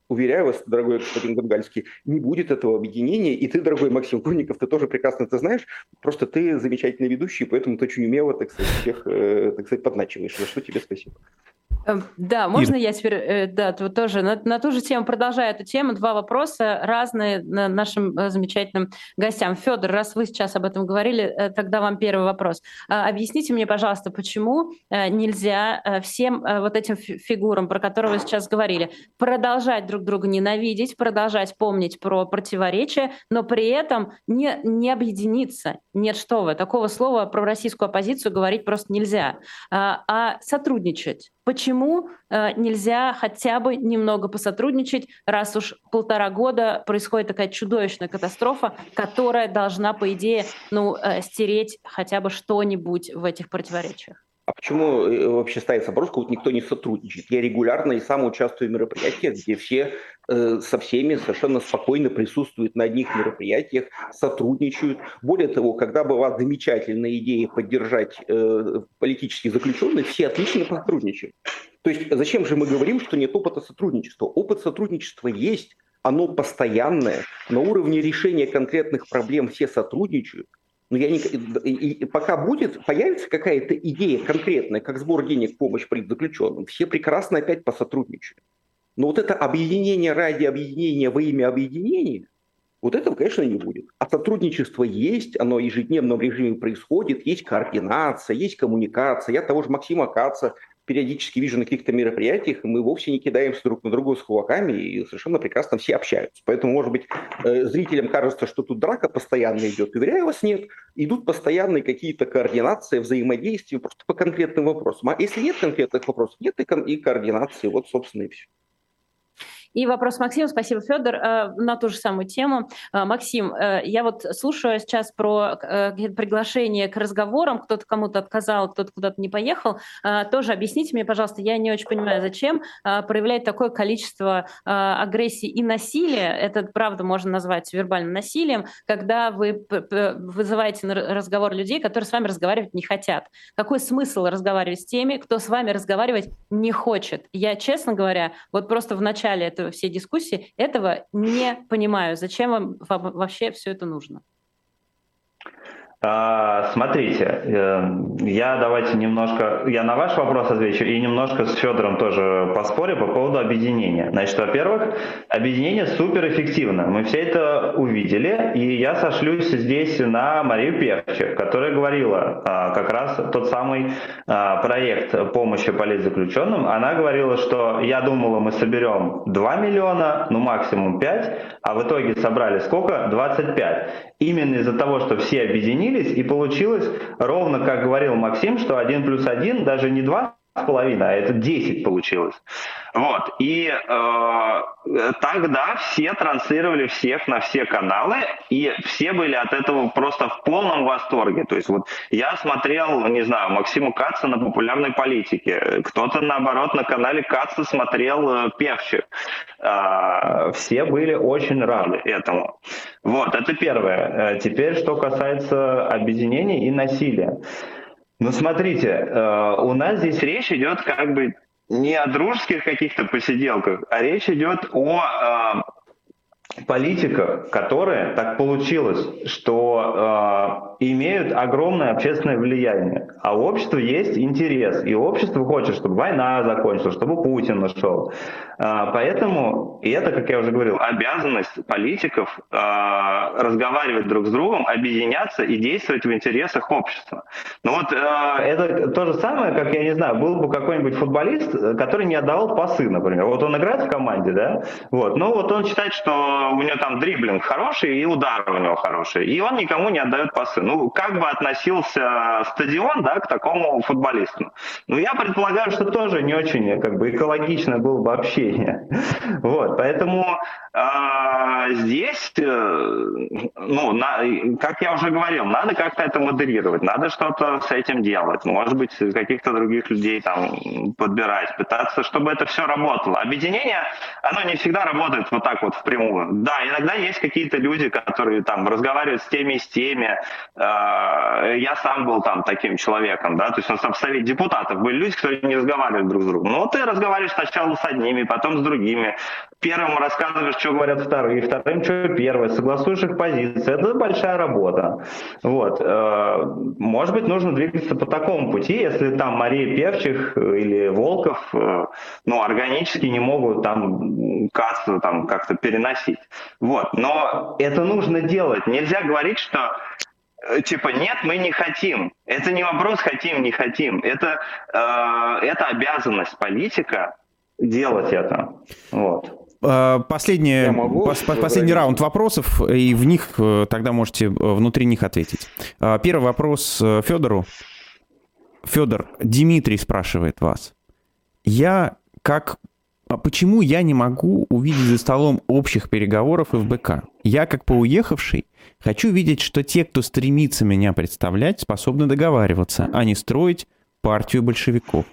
Уверяю вас, дорогой господин Гангальский, не будет этого объединения, и ты, дорогой Максим Курников, ты тоже прекрасно это знаешь, просто ты замечательный ведущий, поэтому ты очень умело, так сказать, всех, так сказать, подначиваешь, за что тебе спасибо. Да, можно я теперь тоже на ту же тему продолжаю эту тему? Два вопроса разные нашим замечательным гостям. Федор, раз вы сейчас об этом говорили, тогда вам первый вопрос. Объясните мне, пожалуйста, почему нельзя всем вот этим фигурам, про которые вы сейчас говорили, продолжать друг друга ненавидеть, продолжать помнить про противоречия, но при этом не объединиться? Нет, что вы, такого слова про российскую оппозицию говорить просто нельзя. А сотрудничать. Почему нельзя хотя бы немного посотрудничать, раз уж 1,5 года происходит такая чудовищная катастрофа, которая должна, по идее, стереть хотя бы что-нибудь в этих противоречиях? А почему вообще ставится вопрос, как будто никто не сотрудничает? Я регулярно и сам участвую в мероприятиях, где все со всеми совершенно спокойно присутствуют на одних мероприятиях, сотрудничают. Более того, когда была замечательная идея поддержать политических заключенных, все отлично сотрудничают. То есть зачем же мы говорим, что нет опыта сотрудничества? Опыт сотрудничества есть, оно постоянное, на уровне решения конкретных проблем все сотрудничают. Но пока появится какая-то идея конкретная, как сбор денег в помощь политзаключенным, все прекрасно опять посотрудничают. Но вот это объединение ради объединения во имя объединения, вот этого, конечно, не будет. А сотрудничество есть, оно в ежедневном режиме происходит, есть координация, есть коммуникация. Я того же Максима Каца периодически вижу на каких-то мероприятиях, и мы вовсе не кидаемся друг на друга с кулаками, и совершенно прекрасно все общаются. Поэтому, может быть, зрителям кажется, что тут драка постоянно идет. Уверяю вас, нет. Идут постоянные какие-то координации, взаимодействия просто по конкретным вопросам. А если нет конкретных вопросов, нет и координации. Вот, собственно, и все. И вопрос Максиму. Спасибо, Федор. На ту же самую тему. Максим, я вот слушаю сейчас про приглашение к разговорам. Кто-то кому-то отказал, кто-то куда-то не поехал. Тоже объясните мне, пожалуйста, я не очень понимаю, зачем проявлять такое количество агрессии и насилия. Это, правда, можно назвать вербальным насилием, когда вы вызываете на разговор людей, которые с вами разговаривать не хотят. Какой смысл разговаривать с теми, кто с вами разговаривать не хочет? Я, честно говоря, вот просто в начале этого всей дискуссии, этого не понимаю. Зачем вам вообще все это нужно? Смотрите, я на ваш вопрос отвечу и немножко с Федором тоже поспорю по поводу объединения. Значит, во-первых, объединение суперэффективно. Мы все это увидели, и я сошлюсь здесь на Марию Певчих, которая говорила как раз тот самый проект помощи политзаключенным. Она говорила, что я думала, мы соберем 2 миллиона, максимум 5, а в итоге собрали сколько? 25. Именно из-за того, что все объединились, и получилось ровно, как говорил Максим, что 1 + 1 даже не 2,5, а это 10 получилось. Вот. И тогда все транслировали всех на все каналы, и все были от этого просто в полном восторге. То есть вот я смотрел, не знаю, Максима Каца на популярной политике, кто-то, наоборот, на канале Каца смотрел Певчих. Все были очень рады этому. Вот, это первое. Теперь, что касается объединений и насилия. Смотрите, у нас здесь речь идет как бы не о дружеских каких-то посиделках, а речь идет о политиках, которые, так получилось, что имеют огромное общественное влияние. А у общества есть интерес, и общество хочет, чтобы война закончилась, чтобы Путин ушел. Поэтому, и это, как я уже говорил, обязанность политиков разговаривать друг с другом, объединяться и действовать в интересах общества. Это то же самое, как, я не знаю, был бы какой-нибудь футболист, который не отдавал пасы, например. Вот он играет в команде, да? Он считает, что у него там дриблинг хороший и удар у него хороший, и он никому не отдает пасы. Как бы относился стадион, да, к такому футболисту? Я предполагаю, что тоже не очень экологично было бы общение. Вот, поэтому здесь, как я уже говорил, надо как-то это модерировать, надо что-то с этим делать, может быть, каких-то других людей там подбирать, пытаться, чтобы это все работало. Объединение, оно не всегда работает вот так вот впрямую. Да, иногда есть какие-то люди, которые там разговаривают с теми и с теми. Я сам был там таким человеком, да, то есть у нас в Совете депутатов были люди, которые не разговаривали друг с другом. Ты разговариваешь сначала с одними, потом с другими. первым рассказываешь, что говорят вторые, вторым, что первые, согласуешь их позиции. Это большая работа. Вот. Может быть, нужно двигаться по такому пути, если там Мария Певчих или Волков, органически не могут там кассу там как-то переносить. Вот. Но это нужно делать. Нельзя говорить, что типа нет, мы не хотим. Это не вопрос хотим, не хотим. Это обязанность политика делать это. Вот. Последний раунд вопросов, и в них тогда можете внутри них ответить. Первый вопрос Федору. Федор, Дмитрий спрашивает вас. Почему я не могу увидеть за столом общих переговоров ФБК? Я, как поуехавший, хочу видеть, что те, кто стремится меня представлять, способны договариваться, а не строить партию большевиков.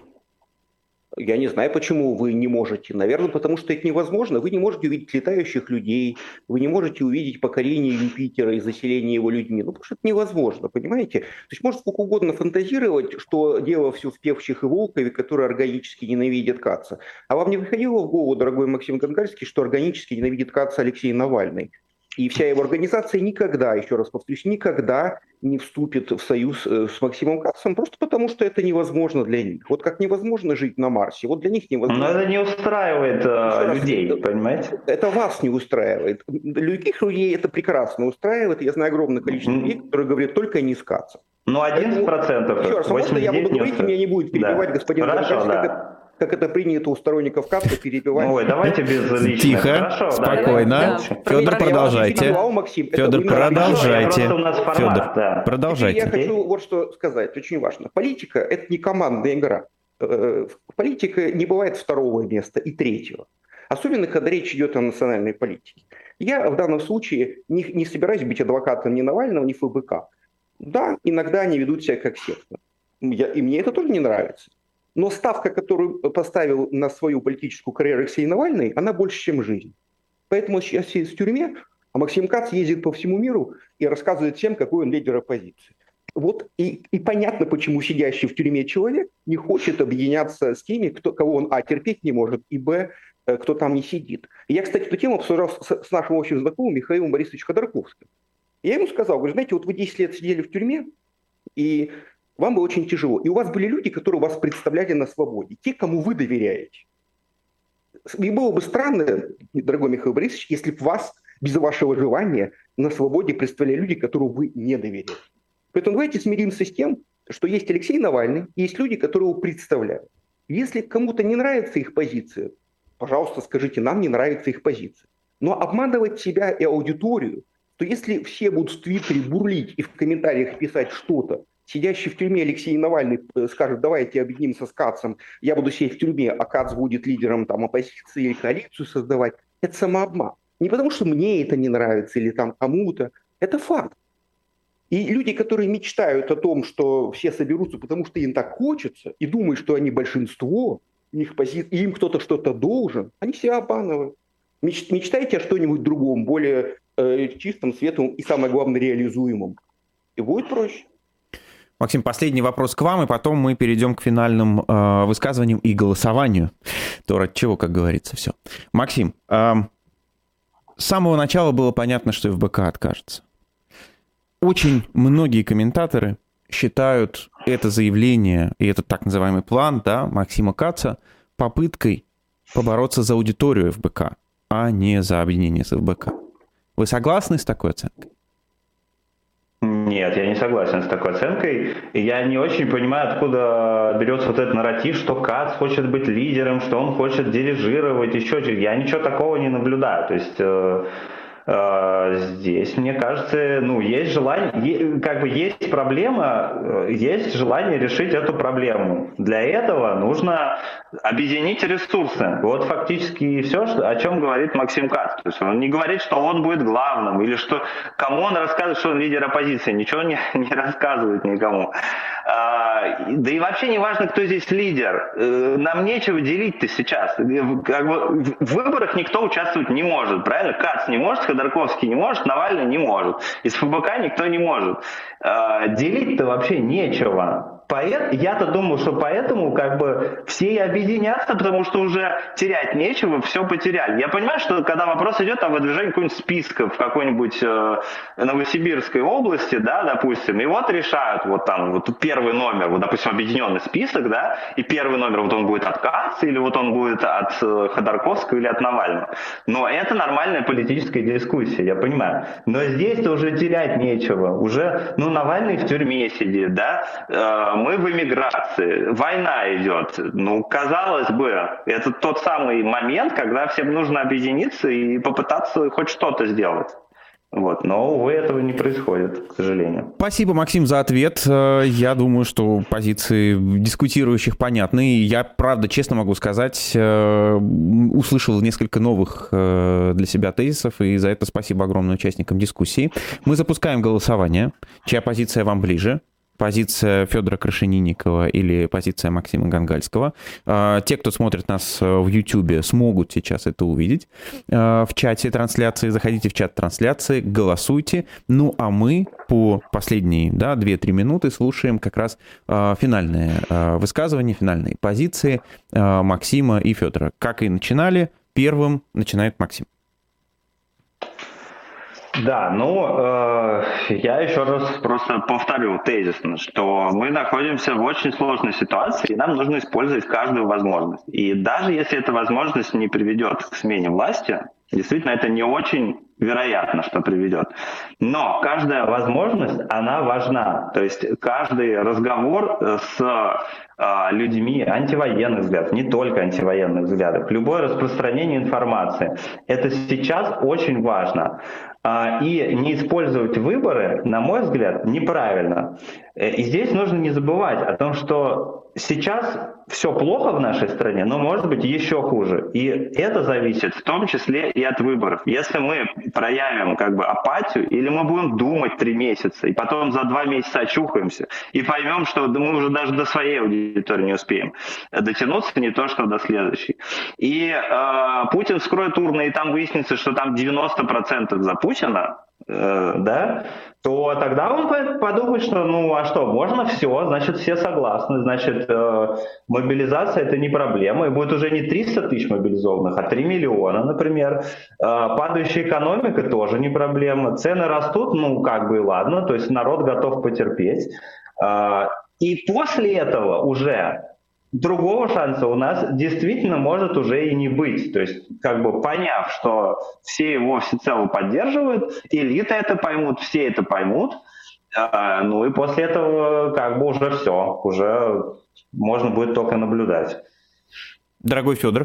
Я не знаю, почему вы не можете. Наверное, потому что это невозможно. Вы не можете увидеть летающих людей, вы не можете увидеть покорение Юпитера и заселение его людьми. Потому что это невозможно, понимаете? То есть можно сколько угодно фантазировать, что дело все в Певчих и Волкове, которые органически ненавидят Каца. А вам не приходило в голову, дорогой Максим Гангальский, что органически ненавидит Каца Алексей Навальный? И вся его организация никогда, еще раз повторюсь, никогда не вступит в союз с Максимом Кацем, просто потому что это невозможно для них. Вот как невозможно жить на Марсе, вот для них невозможно. Но это не устраивает людей, понимаете? Это вас не устраивает. Других людей это прекрасно устраивает. Я знаю огромное количество людей, которые говорят только не с Кацем. Ну, 11%. Еще раз, можно я буду говорить, и меня не будет перебивать господин Гангальский, как это принято у сторонников Каца перебивать. Ой, давайте без личных. Тихо, хорошо, спокойно. Федор, продолжайте. Федор, продолжайте. Федор, продолжайте. Я хочу вот что сказать, очень важно. Политика – это не командная игра. Политика не бывает второго места и третьего. Особенно, когда речь идет о национальной политике. Я в данном случае не собираюсь быть адвокатом ни Навального, ни ФБК. Да, иногда они ведут себя как секта. И мне это тоже не нравится. Но ставка, которую поставил на свою политическую карьеру Алексей Навальный, она больше, чем жизнь. Поэтому он сейчас сидит в тюрьме, а Максим Кац ездит по всему миру и рассказывает всем, какой он лидер оппозиции. Вот и понятно, почему сидящий в тюрьме человек не хочет объединяться с теми, кого он, терпеть не может, и, кто там не сидит. И я, кстати, эту тему обсуждал с нашим общим знакомым Михаилом Борисовичем Ходорковским. Я ему сказал, говорю, знаете, вот вы 10 лет сидели в тюрьме, и вам было очень тяжело. И у вас были люди, которые вас представляли на свободе. Те, кому вы доверяете. И было бы странно, дорогой Михаил Борисович, если бы вас без вашего желания на свободе представляли люди, которым вы не доверяете. Поэтому давайте смиримся с тем, что есть Алексей Навальный, и есть люди, которые его представляют. Если кому-то не нравится их позиция, пожалуйста, скажите, нам не нравится их позиция. Но обманывать себя и аудиторию, то если все будут в Твиттере бурлить и в комментариях писать что-то, сидящий в тюрьме Алексей Навальный скажет, давайте объединимся с Кацем, я буду сидеть в тюрьме, а Кац будет лидером там, оппозиции или коалицию создавать. Это самообман. Не потому, что мне это не нравится или там кому-то. Это факт. И люди, которые мечтают о том, что все соберутся, потому что им так хочется, и думают, что они большинство, и им кто-то что-то должен, они себя обманывают. Мечтайте о что-нибудь другом, более чистом, светлом и, самое главное, реализуемом. И будет проще. Максим, последний вопрос к вам, и потом мы перейдем к финальным высказываниям и голосованию. То, ради чего, как говорится, все. Максим, с самого начала было понятно, что ФБК откажется. Очень многие комментаторы считают это заявление и этот так называемый план, да, Максима Каца попыткой побороться за аудиторию ФБК, а не за объединение с ФБК. Вы согласны с такой оценкой? Нет, я не согласен с такой оценкой. Я не очень понимаю, откуда берется вот этот нарратив, что Кац хочет быть лидером, что он хочет дирижировать, еще что-то. Я ничего такого не наблюдаю. То есть здесь, мне кажется, есть желание, есть проблема, есть желание решить эту проблему. Для этого нужно объединить ресурсы. Вот фактически и все, о чем говорит Максим Кац. То есть он не говорит, что он будет главным, или что кому он рассказывает, что он лидер оппозиции. Ничего не рассказывает никому. Да и вообще не важно, кто здесь лидер. Нам нечего делить-то сейчас. В выборах никто участвовать не может, правильно? Кац не может, Ходорковский не может, Навальный не может. Из ФБК никто не может. Делить-то вообще нечего. Я-то думал, что поэтому как бы все и объединятся, потому что уже терять нечего, все потеряли. Я понимаю, что когда вопрос идет о выдвижении какого-нибудь списка в какой-нибудь Новосибирской области, да, допустим, и вот решают вот там вот первый номер, вот, допустим, объединенный список, да, и первый номер вот он будет от Каца, или вот он будет от Ходорковского или от Навального. Но это нормальная политическая дискуссия, я понимаю. Но здесь-то уже терять нечего. Уже, Навальный в тюрьме сидит, да, мы в эмиграции, война идет. Казалось бы, это тот самый момент, когда всем нужно объединиться и попытаться хоть что-то сделать. Вот. Но, увы, этого не происходит, к сожалению. Спасибо, Максим, за ответ. Я думаю, что позиции дискутирующих понятны. И я, правда, честно могу сказать, услышал несколько новых для себя тезисов, и за это спасибо огромное участникам дискуссии. Мы запускаем голосование. Чья позиция вам ближе? Позиция Федора Крашенинникова или позиция Максима Гангальского. Те, кто смотрит нас в YouTube, смогут сейчас это увидеть в чате трансляции. Заходите в чат трансляции, голосуйте. А мы по последние 2-3 минуты слушаем как раз финальные высказывания, финальные позиции Максима и Федора. Как и начинали, первым начинает Максим. Да, я еще раз просто повторю тезисно, что мы находимся в очень сложной ситуации, и нам нужно использовать каждую возможность. И даже если эта возможность не приведет к смене власти, действительно, это не очень вероятно, что приведет. Но каждая возможность, она важна. То есть каждый разговор с людьми антивоенных взглядов, не только антивоенных взглядов, любое распространение информации, это сейчас очень важно. И не использовать выборы, на мой взгляд, неправильно. И здесь нужно не забывать о том, что сейчас все плохо в нашей стране, но может быть еще хуже. И это зависит в том числе и от выборов. Если мы проявим апатию, или мы будем думать 3 месяца, и потом за 2 месяца очухаемся, и поймем, что мы уже даже до своей аудитории не успеем дотянуться, не то что до следующей. И Путин вскроет урны, и там выяснится, что там 90% за Путина, да, то тогда он подумает, что можно все, значит, все согласны, значит, мобилизация — это не проблема, и будет уже не 300 тысяч мобилизованных, а 3 миллиона, например. Падающая экономика тоже не проблема, цены растут, и ладно, то есть народ готов потерпеть. И после этого уже другого шанса у нас действительно может уже и не быть. То есть, поняв, что все его всецело поддерживают, элиты это поймут, все это поймут, и после этого уже все, уже можно будет только наблюдать. Дорогой Федор.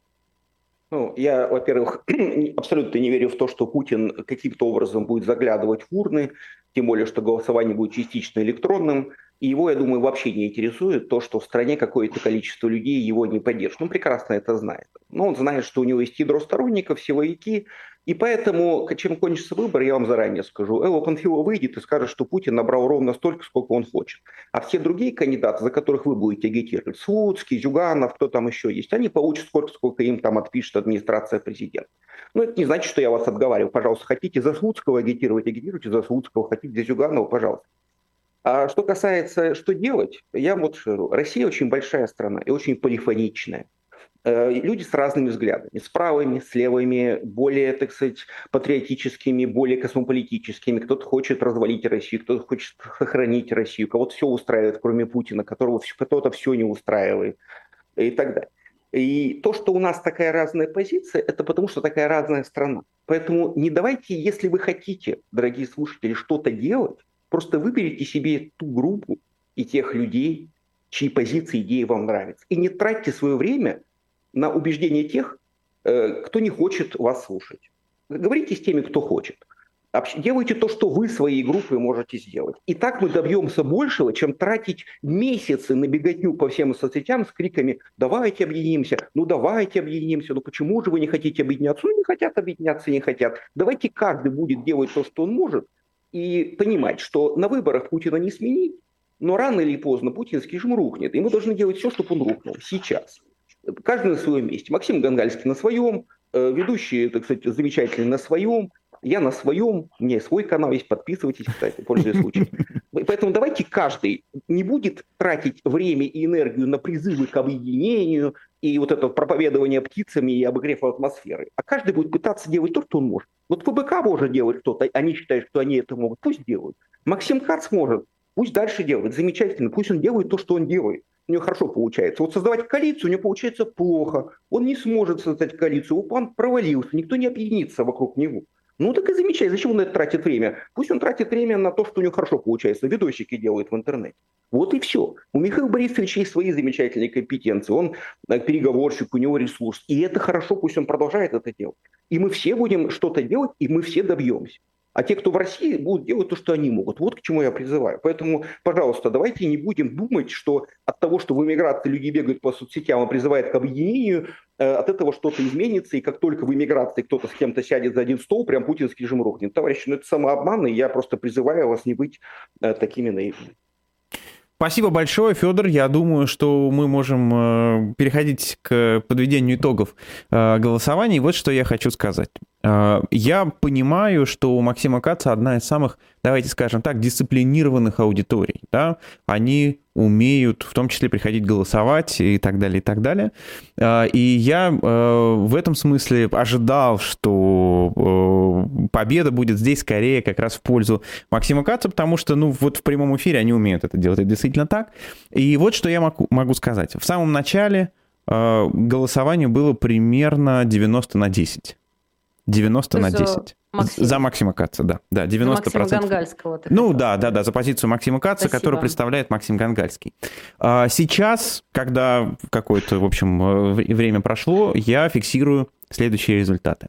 Я, во-первых, абсолютно не верю в то, что Путин каким-то образом будет заглядывать в урны, тем более, что голосование будет частично электронным. И его, я думаю, вообще не интересует то, что в стране какое-то количество людей его не поддержит. Он прекрасно это знает. Но он знает, что у него есть ядро сторонников, силовики. И поэтому, чем кончится выбор, я вам заранее скажу. Элла Панфилова выйдет и скажет, что Путин набрал ровно столько, сколько он хочет. А все другие кандидаты, за которых вы будете агитировать, Слуцкий, Зюганов, кто там еще есть, они получат столько, сколько им там отпишет администрация президента. Это не значит, что я вас отговариваю. Пожалуйста, хотите за Слуцкого агитировать, агитируйте за Слуцкого, хотите за Зюганова, пожалуйста. А что касается, что делать, я скажу. Россия очень большая страна и очень полифоничная. Люди с разными взглядами, с правыми, с левыми, более, патриотическими, более космополитическими. Кто-то хочет развалить Россию, кто-то хочет сохранить Россию, кого-то все устраивает, кроме Путина, кого-то все не устраивает и так далее. И то, что у нас такая разная позиция, это потому, что такая разная страна. Поэтому не давайте, если вы хотите, дорогие слушатели, что-то делать, просто выберите себе ту группу и тех людей, чьи позиции, идеи вам нравятся. И не тратьте свое время на убеждение тех, кто не хочет вас слушать. Говорите с теми, кто хочет. Делайте то, что вы своей группой можете сделать. И так мы добьемся большего, чем тратить месяцы на беготню по всем соцсетям с криками «давайте объединимся», давайте объединимся, почему же вы не хотите объединяться? Не хотят объединяться, не хотят. Давайте каждый будет делать то, что он может, и понимать, что на выборах Путина не сменить, но рано или поздно путинский режим рухнет. И мы должны делать все, чтобы он рухнул сейчас. Каждый на своем месте. Максим Гангальский на своем, ведущие, замечательные на своем. Я на своем, у меня свой канал есть, подписывайтесь, кстати, пользуясь случаем. Поэтому давайте каждый не будет тратить время и энергию на призывы к объединению и вот это проповедование птицами и обогрев атмосферы, а каждый будет пытаться делать то, что он может. Вот ФБК может делать что-то, они считают, что они это могут, пусть делают. Максим Кац может, пусть дальше делает, замечательно, пусть он делает то, что он делает. У него хорошо получается. Вот создавать коалицию у него получается плохо. Он не сможет создать коалицию, его план провалился, никто не объединится вокруг него. Ну так и замечательно. Зачем он на это тратит время? Пусть он тратит время на то, что у него хорошо получается. Видосики делает в интернете. Вот и все. У Михаила Борисовича есть свои замечательные компетенции. Он переговорщик, у него ресурс. И это хорошо, пусть он продолжает это делать. И мы все будем что-то делать, и мы все добьемся. А те, кто в России, будут делать то, что они могут. Вот к чему я призываю. Поэтому, пожалуйста, давайте не будем думать, что от того, что в эмиграции люди бегают по соцсетям и призывают к объединению, от этого что-то изменится, и как только в эмиграции кто-то с кем-то сядет за один стол, прям путинский режим рухнет. Товарищи, ну это самообман, и я просто призываю вас не быть такими наивными. Спасибо большое, Федор. Я думаю, что мы можем переходить к подведению итогов голосования. И вот что я хочу сказать. Я понимаю, что у Максима Каца одна из самых, давайте скажем так, дисциплинированных аудиторий. Да? Они умеют в том числе приходить голосовать и так далее, и так далее. И я в этом смысле ожидал, что победа будет здесь скорее как раз в пользу Максима Каца, потому что, ну, вот в прямом эфире они умеют это делать, это действительно так. И вот что я могу сказать. В самом начале голосование было примерно 90/10. 90/10. За Максима Каца, да. Да, 90%. За Максима Гангальского. Ну да, за позицию Максима Каца, который представляет Максим Гангальский. Сейчас, когда какое-то, в общем, время прошло, я фиксирую следующие результаты.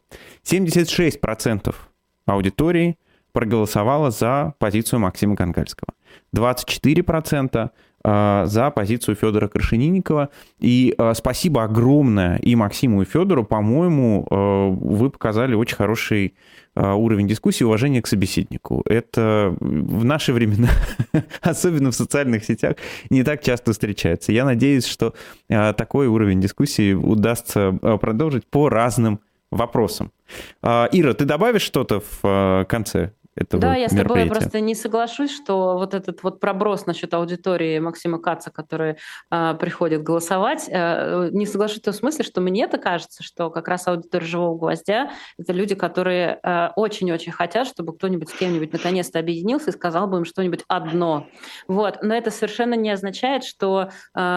76% аудитории проголосовало за позицию Максима Гангальского. 24% за позицию Федора Крашенинникова. И спасибо огромное и Максиму, и Федору. По-моему, вы показали очень хороший уровень дискуссии, уважение к собеседнику. Это в наши времена, особенно в социальных сетях, не так часто встречается. Я надеюсь, что такой уровень дискуссии удастся продолжить по разным вопросам. Ира, ты добавишь что-то в конце этого Да, я с тобой мероприятия? просто не соглашусь, что вот этот вот проброс насчет аудитории Максима Каца, который приходит голосовать, не соглашусь в том смысле, что мне-то кажется, что как раз аудитория «Живого гвоздя» — это люди, которые очень-очень хотят, чтобы кто-нибудь с кем-нибудь наконец-то объединился и сказал бы им что-нибудь одно. Вот. Но это совершенно не означает, что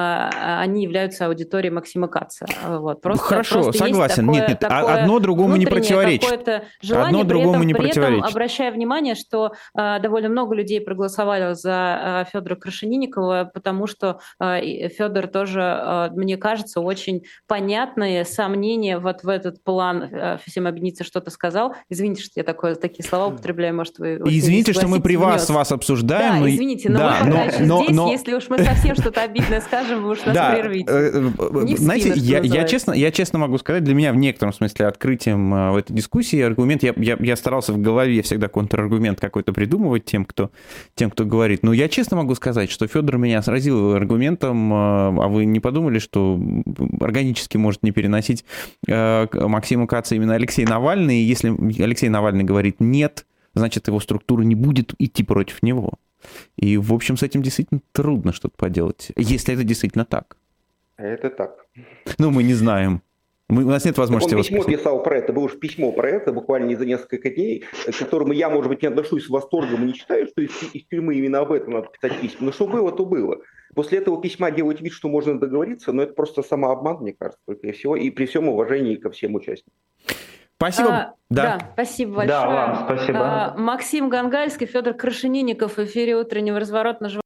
они являются аудиторией Максима Каца. Вот. Хорошо, согласен. Нет, одно другому не противоречит. Желание, одно другому не противоречит. Обращая внимание, что довольно много людей проголосовали за Федора Крашенинникова, потому что Федор тоже, мне кажется, очень понятные сомнения вот в этот план «Всем объединиться» что-то сказал. Извините, что я такие слова употребляю, может, вы... Извините, что мы при вас обсуждаем. Да, извините, но мы пока еще здесь, если уж мы совсем что-то обидное скажем, вы уж нас прервите. Знаете, я честно могу сказать, для меня в некотором смысле открытием в этой дискуссии аргумент, я старался в голове всегда контраргумент какой-то придумывать тем, кто говорит. Но я честно могу сказать, что Федор меня сразил аргументом, а вы не подумали, что органически может не переносить Максима Каца именно Алексей Навальный? Если Алексей Навальный говорит «нет», значит, его структура не будет идти против него. И, в общем, с этим действительно трудно что-то поделать, если это действительно так. Это так. Ну, мы не знаем. У нас нет возможности он письмо писал про это, было уж письмо про это, буквально за несколько дней, к которому я, может быть, не отношусь с восторгом и не считаю, что из тюрьмы именно об этом надо писать письма. Но что было, то было. После этого письма делать вид, что можно договориться, но это просто самообман, мне кажется, только и всего. И при всем уважении ко всем участникам. Спасибо. Да, спасибо большое. Да, вам спасибо. Максим Гангальский, Федор Крашенинников в эфире «Утреннего разворота» на